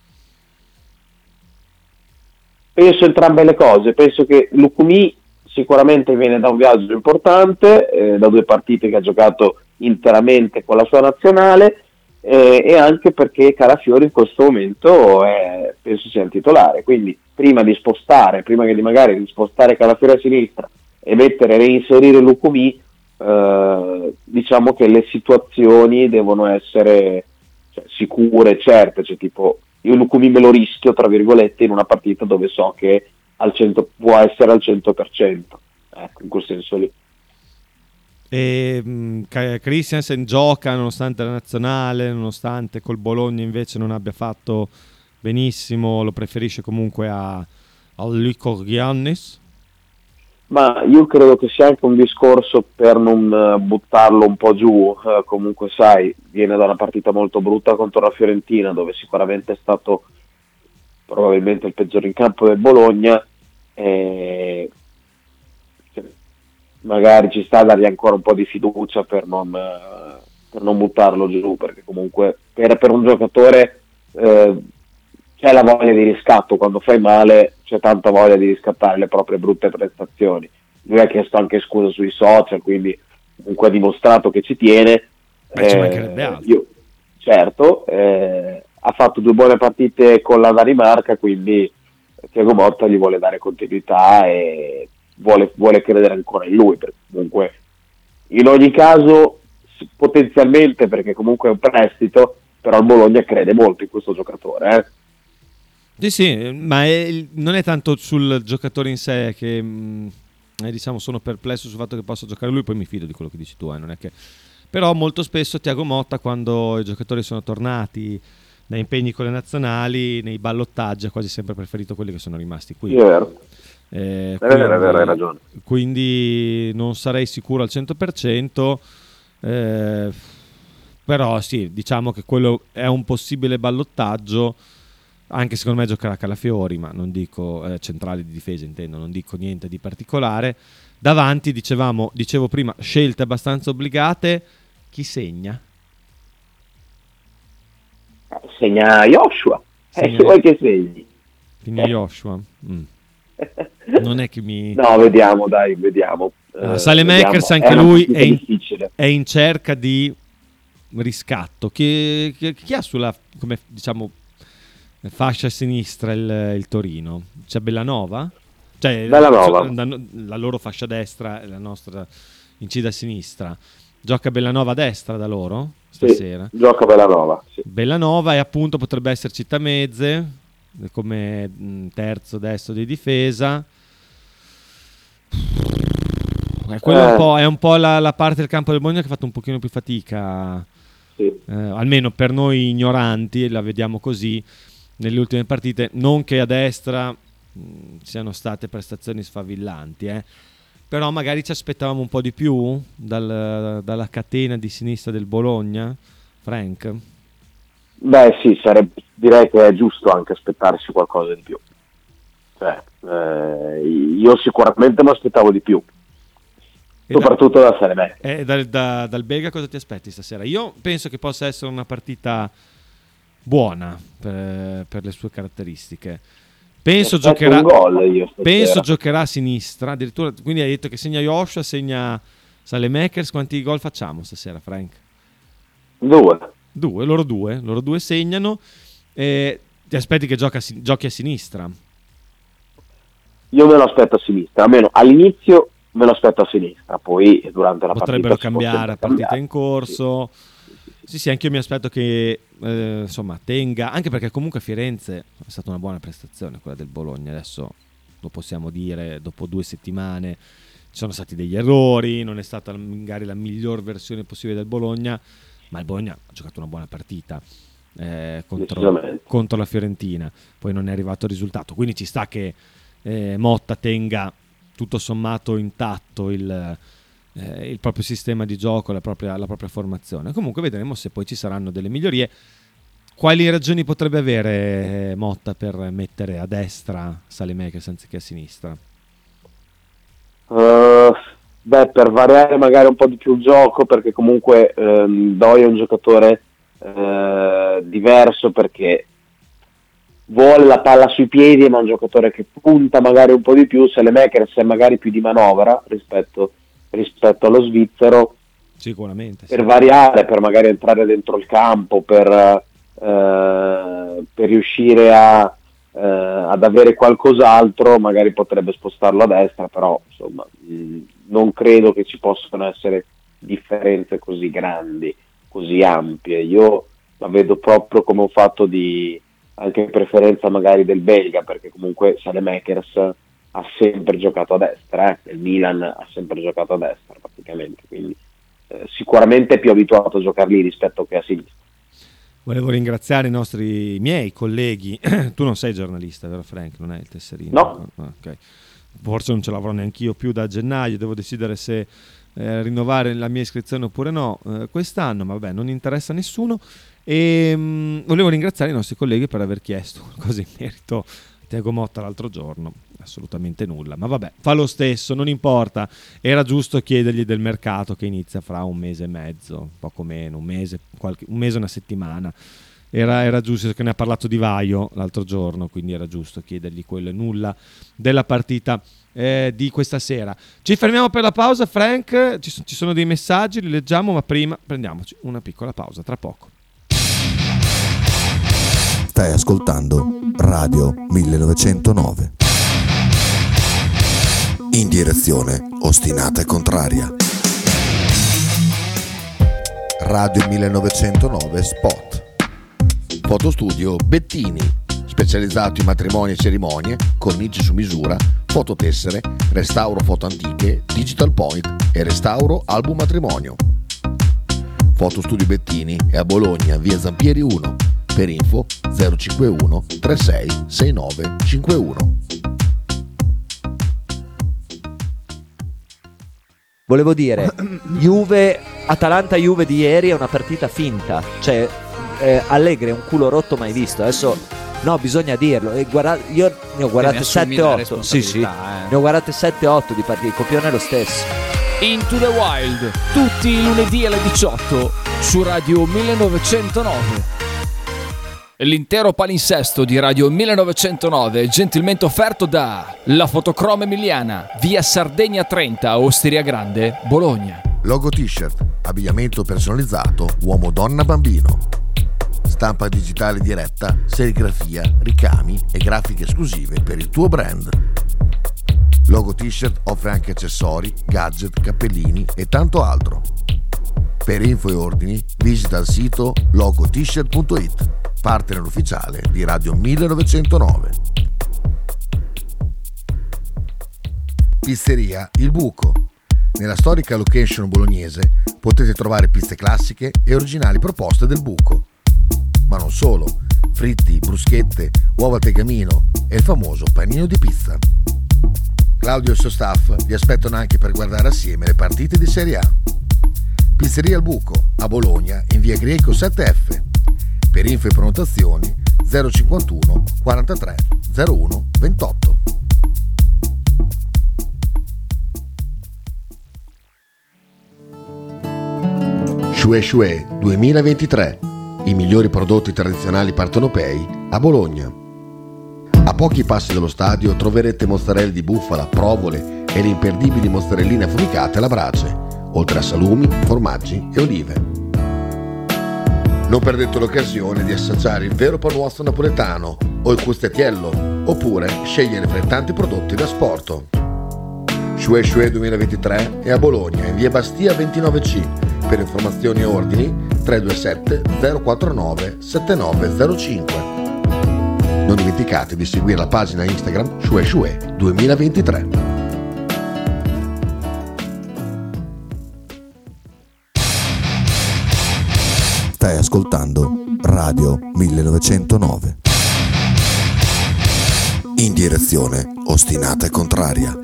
Penso entrambe le cose, penso che Lukumi sicuramente viene da un viaggio importante, eh, da due partite che ha giocato interamente con la sua nazionale, eh, e anche perché Calafiori in questo momento è, penso sia il titolare, quindi prima di spostare, prima che di magari di spostare Calafiori a sinistra e mettere, reinserire Lukumi, eh, diciamo che le situazioni devono essere cioè, sicure, certe, cioè tipo io Lukumi me lo rischio tra virgolette in una partita dove so che al cento può essere al cento per cento, ecco, in quel senso lì. E mh, Ca- Christiansen gioca nonostante la nazionale, nonostante col Bologna invece non abbia fatto benissimo, lo preferisce comunque a, a Luco Giannis. Ma io credo che sia anche un discorso per non eh, buttarlo un po' giù, eh, comunque sai, viene da una partita molto brutta contro la Fiorentina, dove sicuramente è stato probabilmente il peggiore in campo del Bologna, e magari ci sta a dargli ancora un po' di fiducia per non, eh, per non buttarlo giù, perché comunque per, per un giocatore eh, c'è la voglia di riscatto, quando fai male c'è tanta voglia di riscattare le proprie brutte prestazioni. Lui ha chiesto anche scusa sui social, quindi comunque ha dimostrato che ci tiene. Beh, ci mancherebbe altro. Io, certo, eh, ha fatto due buone partite con la Danimarca, quindi Thiago Motta gli vuole dare continuità e vuole, vuole credere ancora in lui, perché comunque in ogni caso s- potenzialmente, perché comunque è un prestito, però il Bologna crede molto in questo giocatore, eh. Sì, sì, ma è- non è tanto sul giocatore in sé che mh, eh, diciamo sono perplesso sul fatto che possa giocare lui, poi mi fido di quello che dici tu, eh, non è che... Però molto spesso Thiago Motta, quando i giocatori sono tornati da impegni con le nazionali, nei ballottaggi ha quasi sempre preferito quelli che sono rimasti qui. Sì, è vero. Eh, È vero, è vero, hai ragione. Quindi non sarei sicuro al cento per cento, eh, però sì, diciamo che quello è un possibile ballottaggio. anche secondo me giocherà Calafiori, ma non dico eh, centrale di difesa, intendo, non dico niente di particolare. Davanti, dicevamo, dicevo prima, scelte abbastanza obbligate. Chi segna? Segna Joshua. Segna... Eh, che vuoi che segni? Segna Joshua. Mm. Non è che mi... No, vediamo, dai, vediamo. Uh, Saelemaekers vediamo. anche è lui è in, difficile. è in cerca di riscatto. Chi, chi, chi ha sulla, come diciamo, fascia sinistra il, il Torino? C'è Bellanova? Cioè, Bellanova. La, la loro fascia destra e la nostra incide a sinistra. Gioca Bellanova a destra da loro stasera? Sì, gioca Bellanova. Sì. Bellanova, e appunto potrebbe esserci Tameze come mh, terzo destro di difesa. Eh, quello eh. È un po', è un po' la, la parte del campo del Bologna che ha fatto un pochino più fatica, sì. eh, almeno per noi ignoranti, la vediamo così nelle ultime partite. Non che a destra mh, siano state prestazioni sfavillanti, eh. Però magari ci aspettavamo un po' di più dal, dalla catena di sinistra del Bologna, Frank? Beh sì, sarebbe, direi che è giusto anche aspettarsi qualcosa di più. Cioè, eh, io sicuramente mi aspettavo di più, e soprattutto da, da Saelemaekers. E da, da, dal belga cosa ti aspetti stasera? Io penso che possa essere una partita buona per, per le sue caratteristiche. Penso giocherà, gol io penso giocherà a sinistra, addirittura, quindi hai detto che segna Joshua, segna Saelemaekers. Quanti gol facciamo stasera, Frank? Due. Due, loro due, loro due segnano. Eh, ti aspetti che gioca, giochi a sinistra? Io me lo aspetto a sinistra, almeno all'inizio me lo aspetto a sinistra, poi durante la potrebbero partita cambiare a partita cambiare. in corso. Sì, sì, anche io mi aspetto che eh, insomma tenga, anche perché comunque a Firenze è stata una buona prestazione quella del Bologna, adesso lo possiamo dire, dopo due settimane ci sono stati degli errori, non è stata magari la miglior versione possibile del Bologna, ma il Bologna ha giocato una buona partita eh, contro, contro la Fiorentina, poi non è arrivato il risultato, quindi ci sta che eh, Motta tenga tutto sommato intatto il Eh, il proprio sistema di gioco, la propria, la propria formazione. Comunque vedremo se poi ci saranno delle migliorie. Quali ragioni potrebbe avere eh, Motta per mettere a destra Saelemaekers anziché a sinistra? Uh, beh, per variare magari un po' di più il gioco, perché comunque ehm, Doi è un giocatore eh, diverso, perché vuole la palla sui piedi, ma è un giocatore che punta magari un po' di più. Saelemaekers è magari più di manovra rispetto rispetto allo svizzero, sicuramente per sì. variare, per magari entrare dentro il campo, per, eh, per riuscire a, eh, ad avere qualcos'altro, magari potrebbe spostarlo a destra, però insomma mh, non credo che ci possano essere differenze così grandi, così ampie. Io la vedo proprio come un fatto di anche preferenza magari del belga, perché comunque Saelemaekers ha sempre giocato a destra, eh. il Milan ha sempre giocato a destra praticamente, quindi eh, sicuramente è più abituato a giocare lì rispetto che a sinistra. Volevo ringraziare i nostri miei colleghi. Tu non sei giornalista, vero Frank? Non hai il tesserino? No. Ah, okay. Forse non ce l'avrò neanche io più da gennaio, devo decidere se eh, rinnovare la mia iscrizione oppure no eh, quest'anno, ma vabbè, non interessa a nessuno. E mh, volevo ringraziare i nostri colleghi per aver chiesto qualcosa in merito Thiago Motta l'altro giorno. Assolutamente nulla, ma vabbè, fa lo stesso, non importa. Era giusto chiedergli del mercato che inizia fra un mese e mezzo, poco meno, un mese, qualche, un mese e una settimana. Era, era giusto, che ne ha parlato Di Vaio l'altro giorno, quindi era giusto chiedergli quello e nulla della partita eh, di questa sera. Ci fermiamo per la pausa, Frank, ci, ci sono dei messaggi, li leggiamo, ma prima prendiamoci una piccola pausa, tra poco. Stai ascoltando Radio millenovecentonove. In direzione ostinata e contraria. Radio millenovecentonove Spot. Fotostudio Bettini, specializzato in matrimoni e cerimonie, cornici su misura, fototessere, restauro foto antiche, digital point e restauro album matrimonio. Fotostudio Bettini è a Bologna, via Zampieri uno. Per info zero cinquantuno trentasei sessantanove cinquantuno. Volevo dire, Juve, Atalanta-Juve di ieri è una partita finta, cioè eh, Allegri è un culo rotto mai visto. Adesso No, bisogna dirlo. E guarda, io ne ho guardate sette otto. Sì, sì. Eh. Ne ho guardate sette otto di partite. Il copione è lo stesso. Into the Wild, tutti i lunedì alle diciotto su Radio millenovecentonove. L'intero palinsesto di Radio millenovecentonove è gentilmente offerto da La Fotocroma Emiliana, via Sardegna trenta, Osteria Grande, Bologna. Logo t-shirt, abbigliamento personalizzato, uomo, donna, bambino. Stampa digitale diretta, serigrafia, ricami e grafiche esclusive per il tuo brand. Logo t-shirt offre anche accessori, gadget, cappellini e tanto altro. Per info e ordini visita il sito logo t shirt punto it, partner ufficiale di Radio millenovecentonove. Pizzeria Il Buco. Nella storica location bolognese potete trovare pizze classiche e originali proposte del buco. Ma non solo, fritti, bruschette, uova al tegamino e il famoso panino di pizza. Claudio e il suo staff vi aspettano anche per guardare assieme le partite di Serie A. Pizzeria Il Buco, a Bologna, in via Greco sette F. Per info e prenotazioni zero cinquantuno quarantatré zero uno ventotto. Shue Shue duemilaventitré. I migliori prodotti tradizionali partenopei a Bologna. A pochi passi dallo stadio troverete mozzarella di bufala, provole e le imperdibili mozzarelline affumicate alla brace, oltre a salumi, formaggi e olive. Non perdete l'occasione di assaggiare il vero panuozzo napoletano o il custettiello, oppure scegliere fra i tanti prodotti da sport. Shue Shue duemilaventitré è a Bologna, in via Bastia ventinove C. Per informazioni e ordini tre due sette zero quattro nove sette nove zero cinque. Non dimenticate di seguire la pagina Instagram Shue Shue duemilaventitré. Stai ascoltando Radio millenovecentonove. In direzione ostinata e contraria.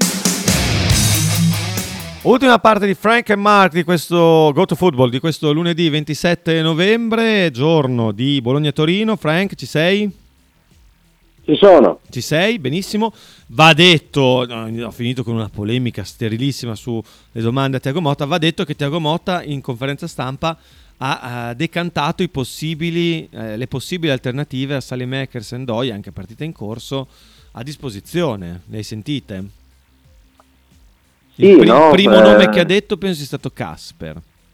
Ultima parte di Frank e Mark di questo Go to Football di questo lunedì ventisette novembre, giorno di Bologna-Torino. Frank, ci sei? Ci sono. Ci sei? Benissimo. Va detto, no, ho finito con una polemica sterilissima sulle domande a Thiago Motta, va detto che Thiago Motta in conferenza stampa ha, ha decantato i possibili, eh, le possibili alternative a Saelemaekers e Ndoye, anche partita in corso, a disposizione. Le hai sentite? Il Sì, prim- no, primo eh, nome che ha detto penso sia stato Casper.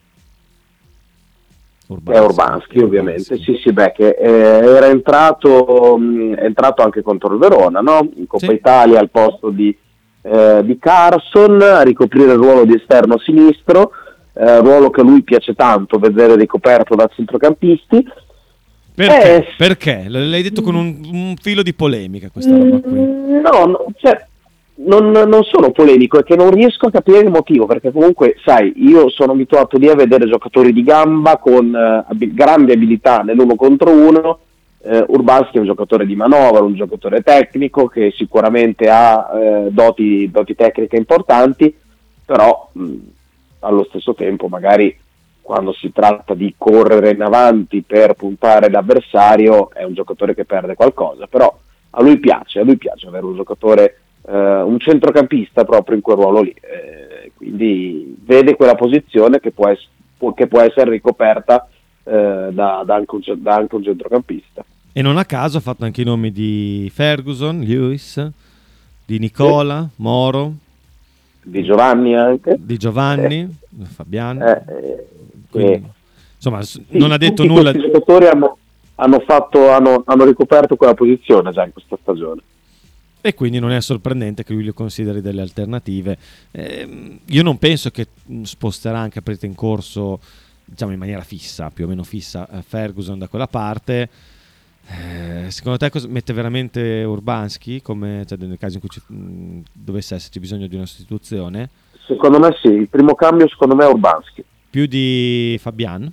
Urbanski, è Urbanski ovviamente, sì sì, beh, che eh, era entrato, mh, è entrato anche contro il Verona, no? In Coppa Sì. Italia al posto di, eh, di Carson, a ricoprire il ruolo di esterno sinistro, eh, ruolo che a lui piace tanto vedere ricoperto da centrocampisti. Perché? Eh, Perché? L- L'hai detto con un, un filo di polemica questa roba qui. No, no, cioè, non, non sono polemico, è che non riesco a capire il motivo, perché comunque, sai, io sono abituato lì a vedere giocatori di gamba con eh, abi- grandi abilità nell'uno contro uno. eh, Urbanski è un giocatore di manovra, un giocatore tecnico che sicuramente ha eh, doti, doti tecniche importanti, però mh, allo stesso tempo magari quando si tratta di correre in avanti per puntare l'avversario è un giocatore che perde qualcosa, però a lui piace, a lui piace avere un giocatore, eh, un centrocampista proprio in quel ruolo lì, eh, quindi vede quella posizione che può, es- può- che può essere ricoperta eh, da, da, anche un, ce- da anche un centrocampista. E non a caso ha fatto anche i nomi di Ferguson, Lewis, di Nicola, Moro, Di Giovanni anche. di Giovanni, Fabiano. Eh, eh, Quindi, eh, insomma, s- sì, non ha detto tutti nulla. questi giocatori hanno, hanno, fatto, hanno, hanno ricoperto quella posizione già in questa stagione. E quindi non è sorprendente che lui le consideri delle alternative. Eh, io non penso che mh, sposterà anche a partita in corso, diciamo in maniera fissa, più o meno fissa, eh, Ferguson da quella parte. Eh, secondo te cosa, mette veramente Urbanski, come, cioè, nel caso in cui ci, mh, dovesse esserci bisogno di una sostituzione? Secondo me sì, il primo cambio secondo me è Urbanski. Più di Fabian?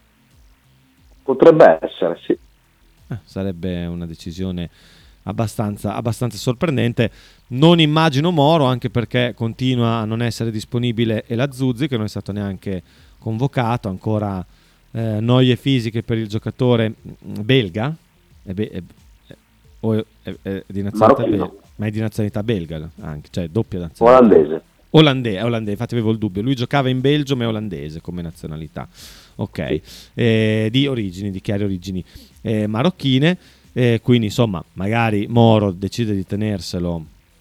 Potrebbe essere, sì. Eh, sarebbe una decisione abbastanza, abbastanza sorprendente. Non immagino Moro, anche perché continua a non essere disponibile, e la Zuzzi, che non è stato neanche convocato, ancora eh, noie fisiche per il giocatore belga. È, be- è, o è, è, è di nazionalità belga? Ma è di nazionalità belga anche, cioè doppia nazionalità. Olandese. Olandese, olandese, infatti avevo il dubbio. Lui giocava in Belgio, ma è olandese come nazionalità. Ok, sì. eh, di origini, di chiare origini eh, marocchine. Eh, quindi insomma, magari Moro decide di tenerselo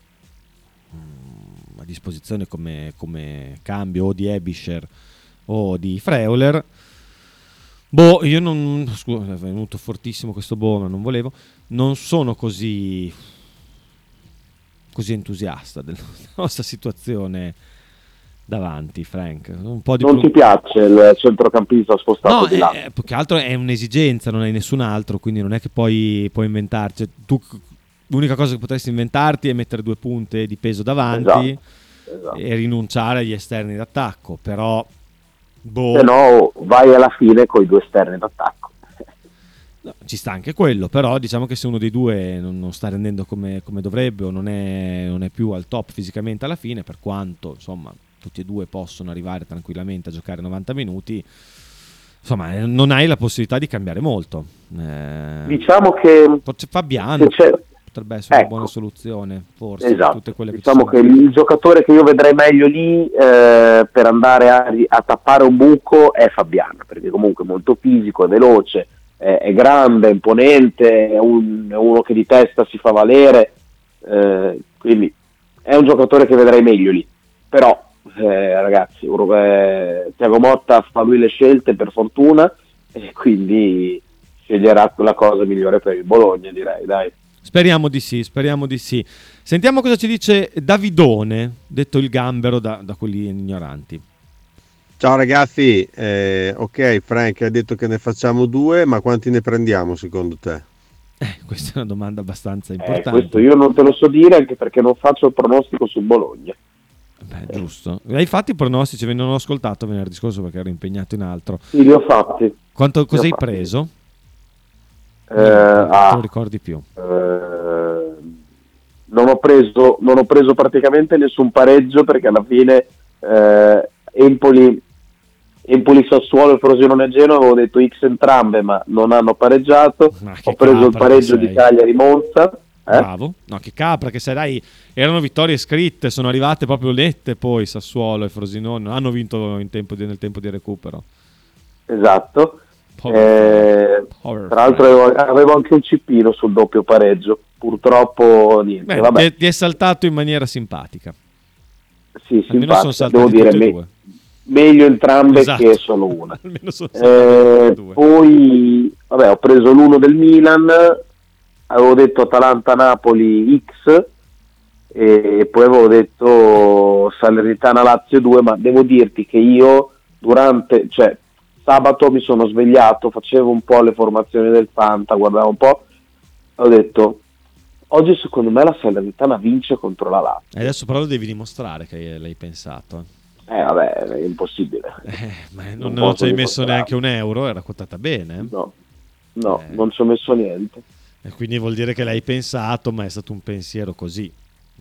mh, a disposizione come, come cambio o di Ebischer o di Freuler. Boh, io non. Scusa, è venuto fortissimo questo boh, ma non volevo. Non sono così. così entusiasta della nostra situazione davanti, Frank. Un po' di non più... ti piace il centrocampista spostato no, di là? È, più che altro è un'esigenza, non hai nessun altro, quindi non è che poi puoi inventarci. Tu, l'unica cosa che potresti inventarti è mettere due punte di peso davanti, esatto, esatto. e rinunciare agli esterni d'attacco, però boh. Se no vai alla fine con i due esterni d'attacco. No, ci sta anche quello, però diciamo che se uno dei due non, non sta rendendo come, come dovrebbe o non è, non è più al top fisicamente alla fine, per quanto insomma tutti e due possono arrivare tranquillamente a giocare novanta minuti, insomma non hai la possibilità di cambiare molto. Eh, diciamo che forse Fabiano potrebbe essere ecco, una buona soluzione, forse. Esatto. Tutte quelle che diciamo che il giocatore che io vedrei meglio lì eh, per andare a, a tappare un buco è Fabiano, perché comunque è molto fisico, è veloce, è grande, è imponente, è, un, è uno che di testa si fa valere, eh, quindi è un giocatore che vedrei meglio lì. Però eh, ragazzi, eh, Thiago Motta fa lui le scelte per fortuna e quindi sceglierà la cosa migliore per il Bologna, direi, dai. Speriamo di sì, speriamo di sì. Sentiamo cosa ci dice Davidone, detto il gambero da, da quelli ignoranti. Ciao ragazzi, eh, ok Frank ha detto che ne facciamo due, ma quanti ne prendiamo secondo te? Eh, questa è una domanda abbastanza importante. Eh, questo io non te lo so dire, anche perché non faccio il pronostico su Bologna. Beh, giusto. Hai fatto i pronostici? Non ho ascoltato venerdì scorso perché ero impegnato in altro. Sì, li ho fatti. Quanto, cosa hai fatti. preso? Eh, non ah, lo ricordi più. Eh, non ho preso, non ho preso praticamente nessun pareggio perché alla fine eh, Empoli Empoli Sassuolo e Frosinone Genoa avevo detto X entrambe, ma non hanno pareggiato. Ho preso il pareggio di Cagliari Monza. Eh? Bravo, no, che capra che sei, dai, erano vittorie scritte, sono arrivate proprio lette poi Sassuolo e Frosinone, non hanno vinto in tempo di, nel tempo di recupero. Esatto. Eh, tra l'altro avevo, avevo anche un cippino sul doppio pareggio, purtroppo niente. Beh, vabbè. Ti è saltato in maniera simpatica. Sì, almeno sono saltati devo dire tutte e me- due. meglio entrambe, esatto, che solo una. Almeno sono eh, due. Poi vabbè, ho preso l'uno del Milan, avevo detto Atalanta-Napoli X e poi avevo detto Salernitana-Lazio due, ma devo dirti che io durante, cioè sabato mi sono svegliato, facevo un po' le formazioni del Fanta, guardavo un po', ho detto oggi secondo me la Salernitana vince contro la Lazio. E adesso però lo devi dimostrare che l'hai pensato. Eh vabbè, è impossibile. Eh, ma non non, non ci hai messo dimostrare. neanche un euro, era quotata bene. No, no, eh. non ci ho messo niente. E quindi vuol dire che l'hai pensato, ma è stato un pensiero così.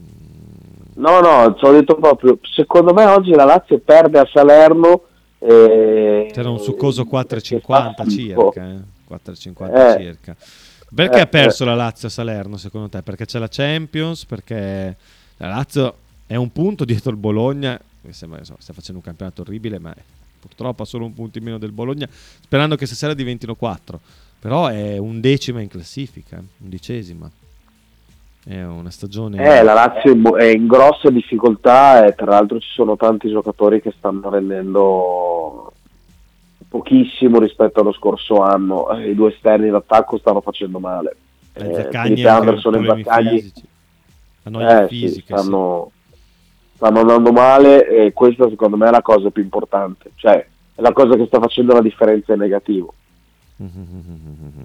No, no, ci ho detto proprio, secondo me oggi la Lazio perde a Salerno. E... C'era un succoso quattro e cinquanta circa, eh? quattro e cinquanta eh, circa. Perché eh, ha perso eh. la Lazio a Salerno secondo te? Perché c'è la Champions? Perché la Lazio è un punto dietro il Bologna, che sembra, insomma, sta facendo un campionato orribile, ma è, purtroppo ha solo un punto in meno del Bologna, sperando che stasera diventino quattro. Però è undecima in classifica, undicesima. È una stagione... Eh, la Lazio è in grossa difficoltà e tra l'altro ci sono tanti giocatori che stanno rendendo pochissimo rispetto allo scorso anno. I due esterni d'attacco stanno facendo male. Eh, eh, Zaccagni Anderson e Baccagli eh, sì, stanno, sì. stanno andando male e questa secondo me è la cosa più importante. Cioè, è la cosa che sta facendo la differenza in negativo. Mm-hmm.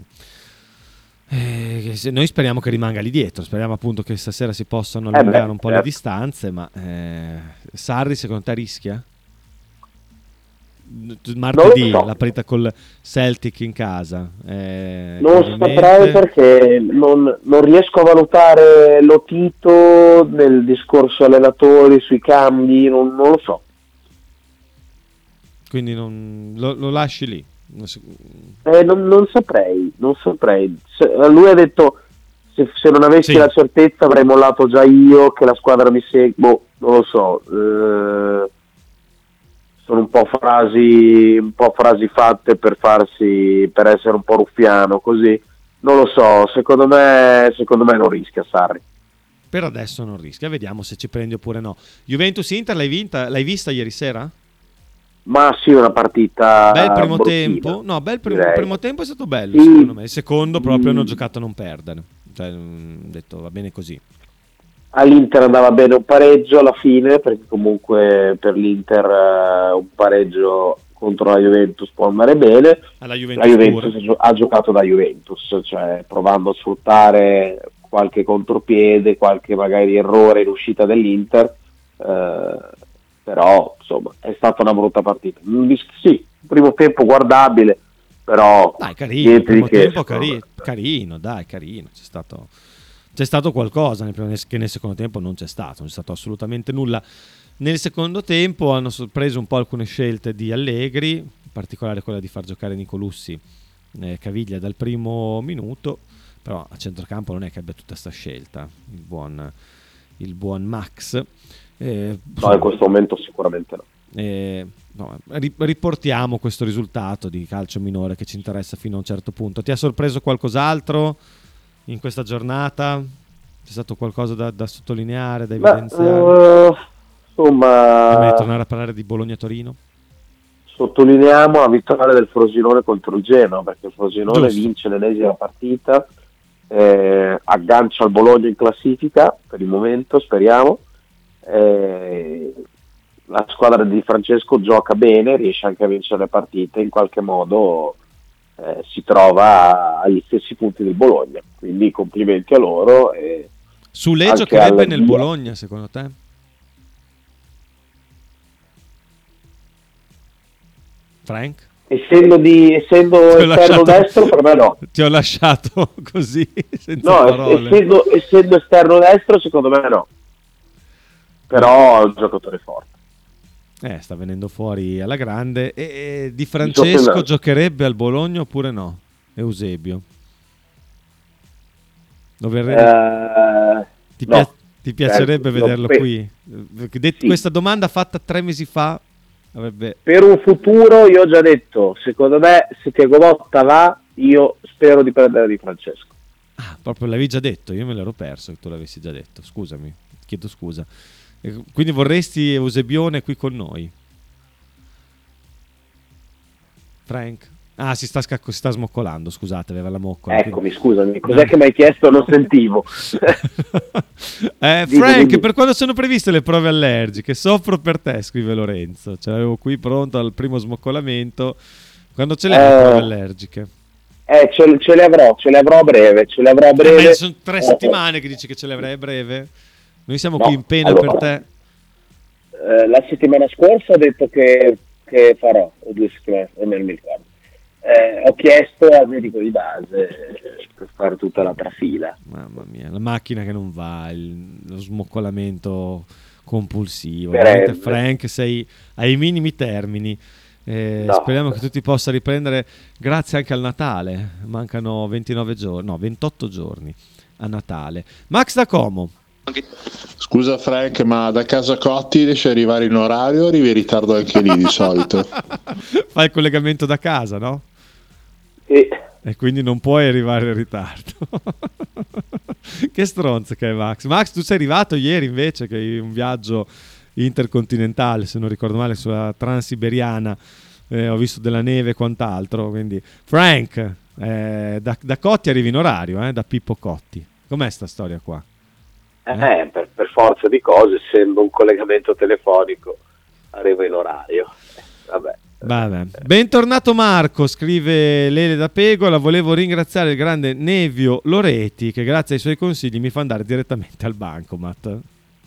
Eh, noi speriamo che rimanga lì dietro, speriamo appunto che stasera si possano allungare eh beh, un po' certo. le distanze, ma eh, Sarri secondo te rischia? Martedì so. La partita col Celtic in casa eh, non saprei perché non, non riesco a valutare Lotito nel discorso allenatori sui cambi, non, non lo so, quindi non, lo, lo lasci lì. Eh, non, non saprei, non saprei. Se, lui ha detto se, se non avessi Sì. la certezza avrei mollato già io, che la squadra mi segue, boh, non lo so, eh, sono un po' frasi un po' frasi fatte per farsi, per essere un po' ruffiano, così, non lo so, secondo me secondo me non rischia Sarri. Per adesso non rischia, vediamo se ci prendi oppure no. Juventus-Inter l'hai vinta, l'hai vista ieri sera? Ma sì, una partita Bel primo bruttina, tempo, no, bel primo, direi. primo tempo è stato bello, Sì. secondo me. Il secondo proprio Mm. hanno giocato a non perdere, cioè, mm, detto va bene così. All'Inter andava bene un pareggio alla fine, perché comunque per l'Inter eh, un pareggio contro la Juventus può andare bene. Alla Juventus La Juventus pure. ha gio- ha giocato da Juventus, cioè provando a sfruttare qualche contropiede, qualche magari errore in uscita dell'Inter, eh, però insomma è stata una brutta partita. Mm, dis- Sì, primo tempo guardabile, però Dai, carino, il niente di primo che, tempo secondo cari- carino, dai, carino, c'è stato, c'è stato qualcosa nel primo- che nel secondo tempo non c'è stato, non c'è stato assolutamente nulla. Nel secondo tempo hanno sorpreso un po' alcune scelte di Allegri, in particolare quella di far giocare Nicolussi eh, Caviglia dal primo minuto, però a centrocampo non è che abbia tutta sta scelta, il buon, il buon Max. Eh, No, in questo momento sicuramente no. eh, no, ri- riportiamo questo risultato di calcio minore che ci interessa fino a un certo punto. Ti ha sorpreso qualcos'altro in questa giornata? C'è stato qualcosa da, da sottolineare, da Beh, evidenziare? eh, insomma, Prima di tornare a parlare di Bologna-Torino? sottolineiamo la vittoria del Frosinone contro il Genoa, perché il Frosinone Giusto. vince l'ennesima partita, eh, aggancia il Bologna in classifica per il momento, speriamo. Eh, la squadra di Francesco gioca bene, riesce anche a vincere le partite, in qualche modo eh, si trova agli stessi punti del Bologna, quindi complimenti a loro. E Su lei anche giocherebbe al- nel Bologna, secondo te? Frank? Essendo, di, essendo Ti ho esterno lasciato- destro, per me no. Ti ho lasciato così, senza No, parole. essendo, essendo esterno destro, secondo me no. Però è un giocatore forte. Eh, sta venendo fuori alla grande. E, e Di Francesco Giocherà. giocherebbe al Bologna oppure no? Eusebio? Lo verre- Eh, ti, no. pia- ti piacerebbe Eh, lo vederlo pe- qui? Eh, det- Sì. Questa domanda fatta tre mesi fa avrebbe... Per un futuro, io ho già detto, secondo me, se Thiago Motta va, io spero di prendere Di Francesco. Ah, proprio l'avevi già detto, io me l'ero perso che tu l'avessi già detto. Scusami, chiedo scusa. Eh, Quindi vorresti Eusebione qui con noi? Frank? Ah, si sta, scacco- si sta smoccolando, scusate, aveva la moccola. Eccomi, scusami, cos'è No. che mi hai chiesto? Non sentivo. Eh, Dimmi, Frank, dimmi. per quando sono previste le prove allergiche? Soffro per te, scrive Lorenzo. Ce l'avevo qui pronto al primo smoccolamento. Quando ce le hai le Eh, prove allergiche? Eh, ce, ce le avrò, ce le avrò a breve, ce le avrò a Eh, breve. ma sono tre Eh, settimane che dici che ce le avrai a breve. Noi siamo No, qui in pena allora. per te. Eh, la settimana scorsa ho detto che, che farò, o due settimane, non mi ricordo. Eh, ho chiesto al medico di base eh, per fare tutta la trafila. Mamma mia, la macchina che non va, il- lo smoccolamento compulsivo. Perenne. Veramente, Frank, sei ai minimi termini. Eh, No. Speriamo che tu ti possa riprendere grazie anche al Natale. Mancano ventinove giorni, no, ventotto giorni a Natale. Max da Como. Scusa Frank, ma da casa Cotti riesci ad arrivare in orario o arrivi in ritardo anche lì di solito? Fai il collegamento da casa, no? Sì. E quindi non puoi arrivare in ritardo. Che stronzo che è Max. Max, tu sei arrivato ieri invece, che hai un viaggio intercontinentale, se non ricordo male, sulla Transiberiana. Eh, ho visto della neve e quant'altro. Quindi, Frank, eh, da, da Cotti arrivi in orario, eh, da Pippo Cotti. Com'è sta storia qua? Eh, per, per forza di cose, essendo un collegamento telefonico, arrivo in orario. Eh, vabbè. Vabbè. Bentornato Marco, scrive Lele da Pegola. Volevo ringraziare il grande Nevio Loreti che grazie ai suoi consigli mi fa andare direttamente al bancomat.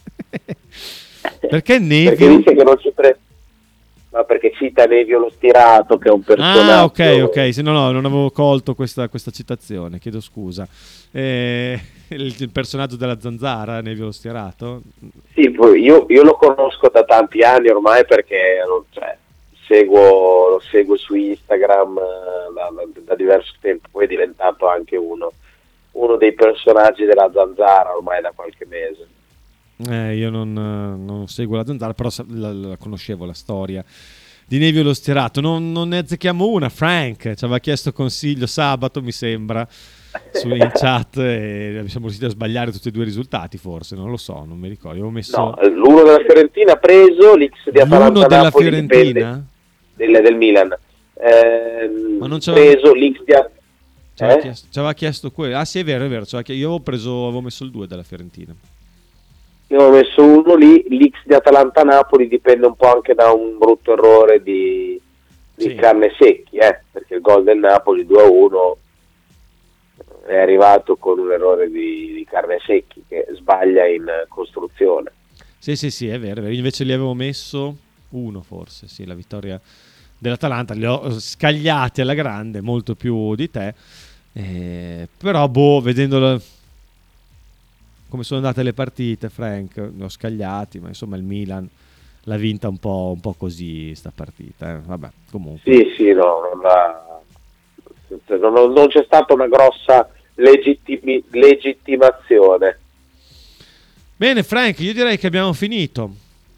Perché Nevio? Perché dice che non ci pre... Ma perché cita Nevio lo stirato, che è un personaggio. Ah, ok, ok. Se no, no, non avevo colto questa, questa citazione. Chiedo scusa. Eh, il, il personaggio della zanzara, Nevio lo stirato. Sì, poi io, io lo conosco da tanti anni ormai perché non- cioè, seguo, lo seguo su Instagram eh, da, da- da diverso tempo, poi è diventato anche uno, uno dei personaggi della Zanzara ormai da qualche mese. Eh, io non, non seguo la Zanzara, però la, la conoscevo la storia di Nevio lo Stierato. Non, non ne azzecchiamo una. Frank ci aveva chiesto consiglio sabato, mi sembra, su, in chat, e siamo riusciti a sbagliare tutti e due i risultati, forse, non lo so, non mi ricordo. Avevo messo no, l'uno della Fiorentina preso, l'X di Atalanta l'uno della Napoli Fiorentina? Del, del Milan. Eh, Ma non c'aveva preso l'X di Atalanta. Ci aveva, Eh? chiesto, ci aveva chiesto quello. Ah sì, è vero, è vero. Io avevo preso, avevo messo il due della Fiorentina. Io ho messo uno lì, l'X di Atalanta-Napoli dipende un po' anche da un brutto errore di, di Sì. Carne Secchi, eh, perché il gol del Napoli due a uno è arrivato con un errore di, di Carne Secchi che sbaglia in costruzione. Sì, sì, sì, è vero, è vero. Io invece li avevo messo uno, forse, sì, la vittoria dell'Atalanta. Li ho scagliati alla grande, molto più di te. Eh, però, boh, vedendo come sono andate le partite, Frank, li ho scagliati, ma insomma il Milan l'ha vinta un po', un po' così sta partita. Eh. Vabbè, comunque. Sì, sì, no, non, ha, non, non c'è stata una grossa legittimi, legittimazione. Bene, Frank, io direi che abbiamo finito.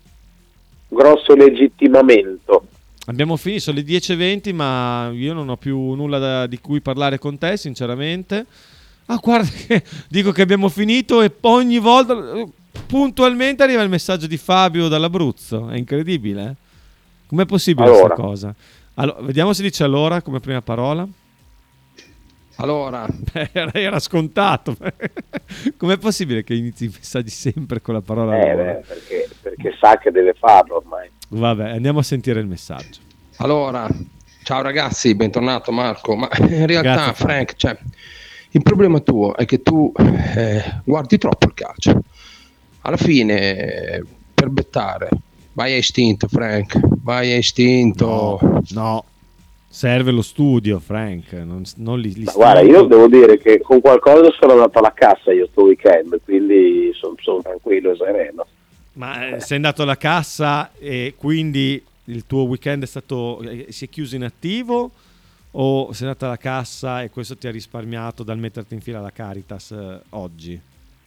Grosso legittimamento. Abbiamo finito, sono le dieci e venti, ma io non ho più nulla da, di cui parlare con te, sinceramente. Ah, guarda che dico che abbiamo finito e ogni volta puntualmente arriva il messaggio di Fabio dall'Abruzzo. È incredibile, eh? Com'è possibile allora. questa cosa? Allora, vediamo se dice allora come prima parola. Allora, Beh, era, era scontato. Com'è possibile che inizi i messaggi sempre con la parola Eh, allora? beh, perché, perché sa che deve farlo ormai. Vabbè, andiamo a sentire il messaggio. allora, ciao ragazzi, bentornato Marco. Ma in realtà, Grazie, Frank, cioè, il problema tuo è che tu eh, guardi troppo il calcio. Alla fine, eh, per bettare, vai a istinto, Frank, vai a istinto. No, no. Serve lo studio, Frank. Non, non li, li Ma guarda, io devo dire che con qualcosa sono andato alla cassa io sto weekend, quindi sono, sono tranquillo e sereno. Ma eh, sei andato alla cassa e quindi il tuo weekend è stato eh, si è chiuso in attivo, o sei andato alla cassa e questo ti ha risparmiato dal metterti in fila alla Caritas eh, oggi?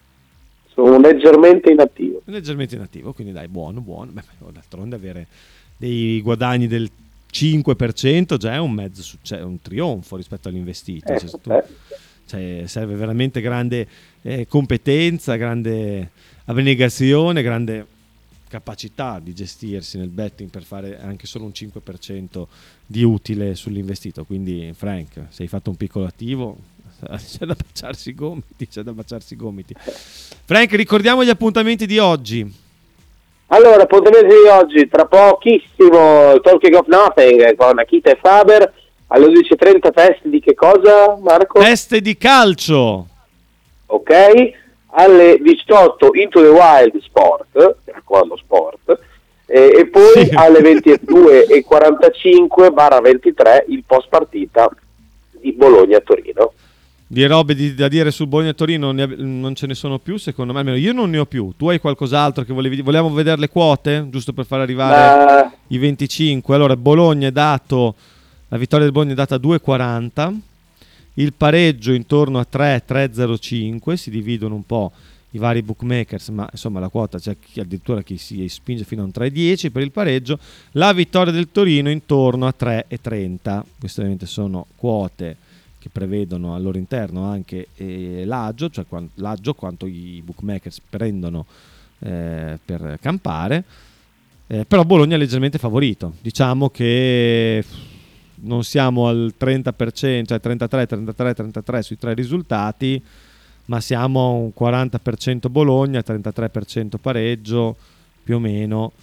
Sono leggermente inattivo. Leggermente inattivo, quindi dai, buono, buono. Beh, d'altronde avere dei guadagni del cinque per cento già è un mezzo successo, un trionfo rispetto all'investito. Eh, Cioè, tu- eh. cioè, serve veramente grande eh, competenza, grande abnegazione, grande capacità di gestirsi nel betting per fare anche solo un cinque per cento di utile sull'investito. Quindi Frank, se hai fatto un piccolo attivo c'è da baciarsi i gomiti, c'è da baciarsi i gomiti. Frank, ricordiamo gli appuntamenti di oggi. Allora, appuntamento di oggi, tra pochissimo Talking of Nothing con Akita e Faber, alle dodici e trenta test di che cosa, Marco? Teste di calcio. Ok, alle diciotto Into the Wild Sport, mi raccomando sport, e, e poi Sì. alle ventidue e quarantacinque barra ventitré il post partita di Bologna-Torino. Di robe di- da dire sul Bologna-Torino non, ne ab- non ce ne sono più, secondo me, almeno io non ne ho più. Tu hai qualcos'altro che volevi? Vogliamo vedere le quote, giusto per far arrivare Ma- i venticinque. Allora, Bologna è dato, la vittoria del Bologna è data a due e quaranta, il pareggio intorno a tre, tre virgola zero cinque, si dividono un po' i vari bookmakers, ma insomma la quota c'è chi, addirittura chi si spinge fino a un tre virgola dieci per il pareggio, la vittoria del Torino intorno a tre virgola trenta. Queste ovviamente sono quote che prevedono al loro interno anche eh, l'aggio, cioè quan- l'aggio quanto i bookmakers prendono eh, per campare, eh, però Bologna è leggermente favorito. Diciamo che non siamo al trenta per cento, cioè trentatré, trentatré, trentatré sui tre risultati, ma siamo a un quaranta per cento Bologna, trentatré per cento pareggio più o meno,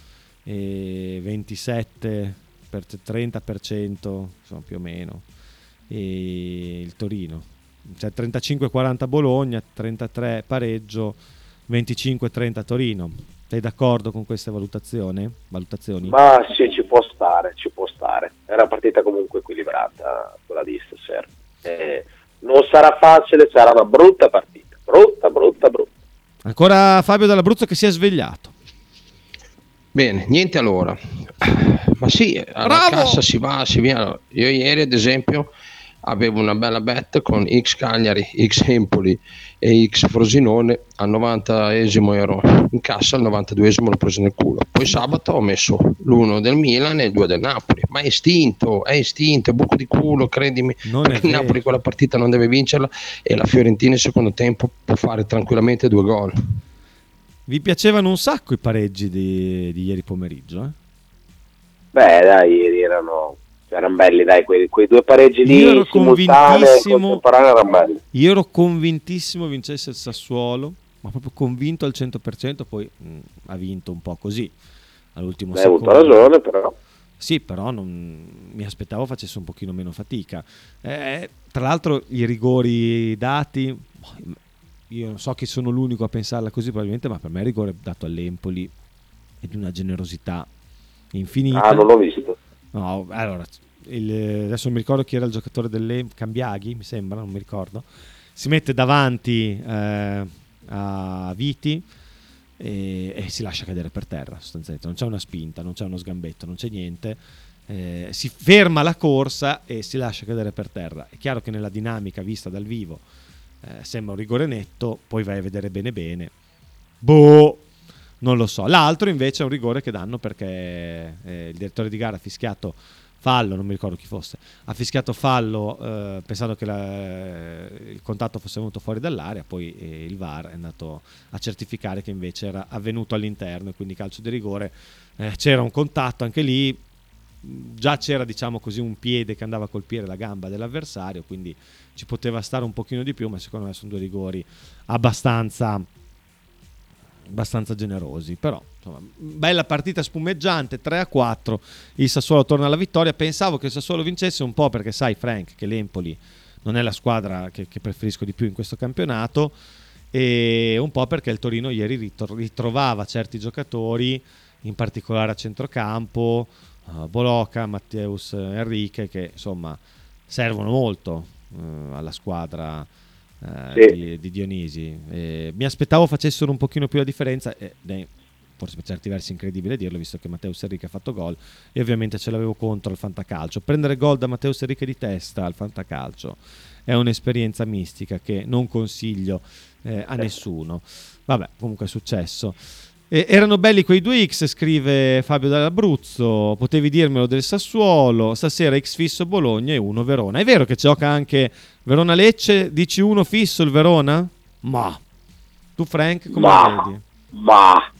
e ventisette per trenta per cento insomma, più o meno, e il Torino, cioè trentacinque quaranta Bologna, trentatré pareggio, venticinque trenta Torino. Sei d'accordo con queste valutazioni? valutazioni? Ma sì, ci può stare, ci può stare. È una partita comunque equilibrata quella di stasera. Eh, non sarà facile, sarà una brutta partita. Brutta, brutta, brutta. Ancora Fabio dall'Abruzzo che si è svegliato. Bene, niente allora. Ma sì, alla Bravo! cassa si va, si viene. Io ieri ad esempio avevo una bella bet con X Cagliari, X Empoli e X Frosinone. Al novantaesimo ero in cassa, al novantaduesimo l'ho preso nel culo. Poi sabato ho messo l'uno del Milan e il due del Napoli, ma è istinto, è istinto, è buco di culo, credimi, Non perché il Napoli quella partita non deve vincerla e la Fiorentina in secondo tempo può fare tranquillamente due gol. Vi piacevano un sacco i pareggi di, di ieri pomeriggio, eh? Beh, dai, ieri erano, erano belli, dai, quei, quei due pareggi lì Io ero simultanei, convintissimo, contemporanei, erano belli. io ero convintissimo vincesse il Sassuolo, ma proprio convinto al cento per cento, poi mh, ha vinto un po' così all'ultimo Hai secondo. avuto ragione, però. Sì, però non, mi aspettavo facesse un pochino meno fatica. Eh, tra l'altro i rigori dati, io non so che sono l'unico a pensarla così probabilmente, ma per me il rigore dato all'Empoli è di una generosità infinita. Ah, non l'ho visto. No, allora, il, adesso non mi ricordo chi era il giocatore delle Cambiaghi, mi sembra, non mi ricordo. Si mette davanti eh, a Viti e, e si lascia cadere per terra, sostanzialmente. Non c'è una spinta, non c'è uno sgambetto, non c'è niente. Eh, si ferma la corsa e si lascia cadere per terra. È chiaro che nella dinamica vista dal vivo eh, sembra un rigore netto, poi vai a vedere bene bene. Boh! Non lo so. L'altro invece è un rigore che danno perché eh, il direttore di gara ha fischiato fallo, non mi ricordo chi fosse, ha fischiato fallo eh, pensando che la, il contatto fosse venuto fuori dall'area, poi eh, il V A R è andato a certificare che invece era avvenuto all'interno e quindi calcio di rigore. Eh, c'era un contatto anche lì, già c'era diciamo così un piede che andava a colpire la gamba dell'avversario, quindi ci poteva stare un pochino di più, ma secondo me sono due rigori abbastanza abbastanza generosi. Però insomma, bella partita spumeggiante, tre a quattro, il Sassuolo torna alla vittoria. Pensavo che il Sassuolo vincesse un po' perché sai Frank che l'Empoli non è la squadra che, che preferisco di più in questo campionato, e un po' perché il Torino ieri ritro- ritrovava certi giocatori, in particolare a centrocampo, uh, Boloca, Matteus Enrique, che insomma servono molto uh, alla squadra Uh, sì. di, di Dionisi. Eh, mi aspettavo facessero un pochino più la differenza, eh, eh, forse per certi versi incredibile dirlo visto che Matteo Enrique ha fatto gol e ovviamente ce l'avevo contro il fantacalcio. Prendere gol da Matteo Enrique di testa al fantacalcio è un'esperienza mistica che non consiglio eh, a nessuno. Vabbè, comunque è successo. Eh, erano belli quei due X, scrive Fabio dall'Abruzzo, potevi dirmelo del Sassuolo, stasera X fisso Bologna e uno Verona. È vero che gioca anche Verona-Lecce, dici uno fisso il Verona? Ma tu Frank come ma, lo vedi? Ma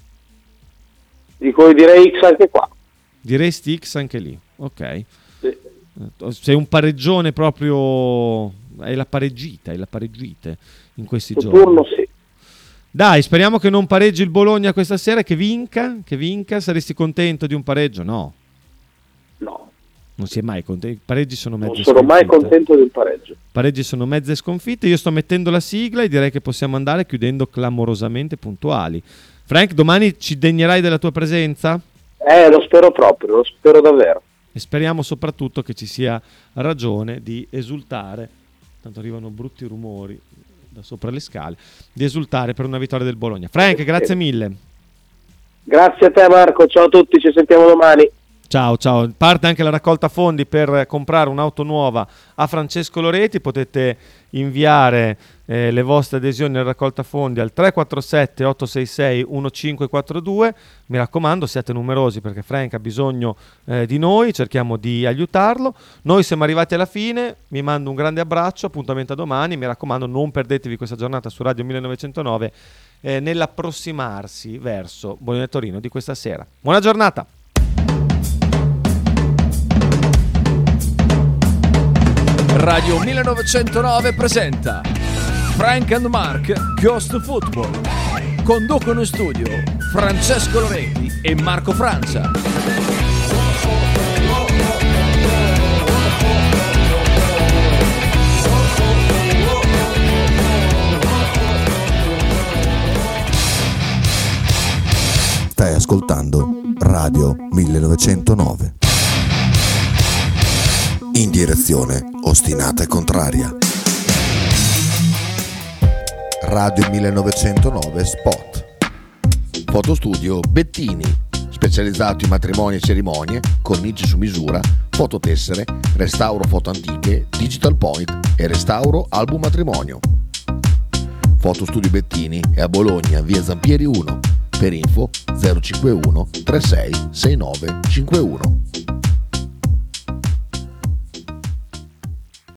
dico, direi X anche qua. Diresti X anche lì, ok. Sì. Sei un pareggione proprio, hai la pareggita, hai la pareggite in questi Sul giorni. turno sì. Dai, speriamo che non pareggi il Bologna questa sera, che vinca, che vinca. Saresti contento di un pareggio? No. No. Non si è mai contento. I pareggi sono mezze Non sono sconfitte. mai contento del pareggio. Pareggi sono mezze sconfitte. Io sto mettendo la sigla e direi che possiamo andare chiudendo clamorosamente puntuali. Frank, domani ci degnerai della tua presenza? Eh, lo spero proprio, lo spero davvero. E speriamo soprattutto che ci sia ragione di esultare. Tanto arrivano brutti rumori da sopra le scale, di esultare per una vittoria del Bologna. Frank, grazie mille. Grazie a te Marco, ciao a tutti, ci sentiamo domani. Ciao, ciao. Parte anche la raccolta fondi per comprare un'auto nuova a Francesco Loreti. Potete inviare eh, le vostre adesioni alla raccolta fondi al tre quattro sette otto sei sei uno cinque quattro due. Mi raccomando, siate numerosi perché Frank ha bisogno eh, di noi, cerchiamo di aiutarlo. Noi siamo arrivati alla fine, vi mando un grande abbraccio, appuntamento a domani. Mi raccomando, non perdetevi questa giornata su Radio millenovecentonove eh, nell'approssimarsi verso Bologna Torino di questa sera. Buona giornata! Radio millenovecentonove presenta Frank and Mark Ghost Football. Conducono in studio Francesco Loretti e Marco Francia. Stai ascoltando Radio millenovecentonove. In direzione ostinata e contraria. Radio millenovecentonove Spot. Fotostudio Bettini, specializzato in matrimoni e cerimonie, cornici su misura, fototessere, restauro foto antiche, digital point e restauro album matrimonio. Fotostudio Bettini è a Bologna, via Zampieri uno. Per info zero cinquantuno trentasei sessantanove cinquantuno.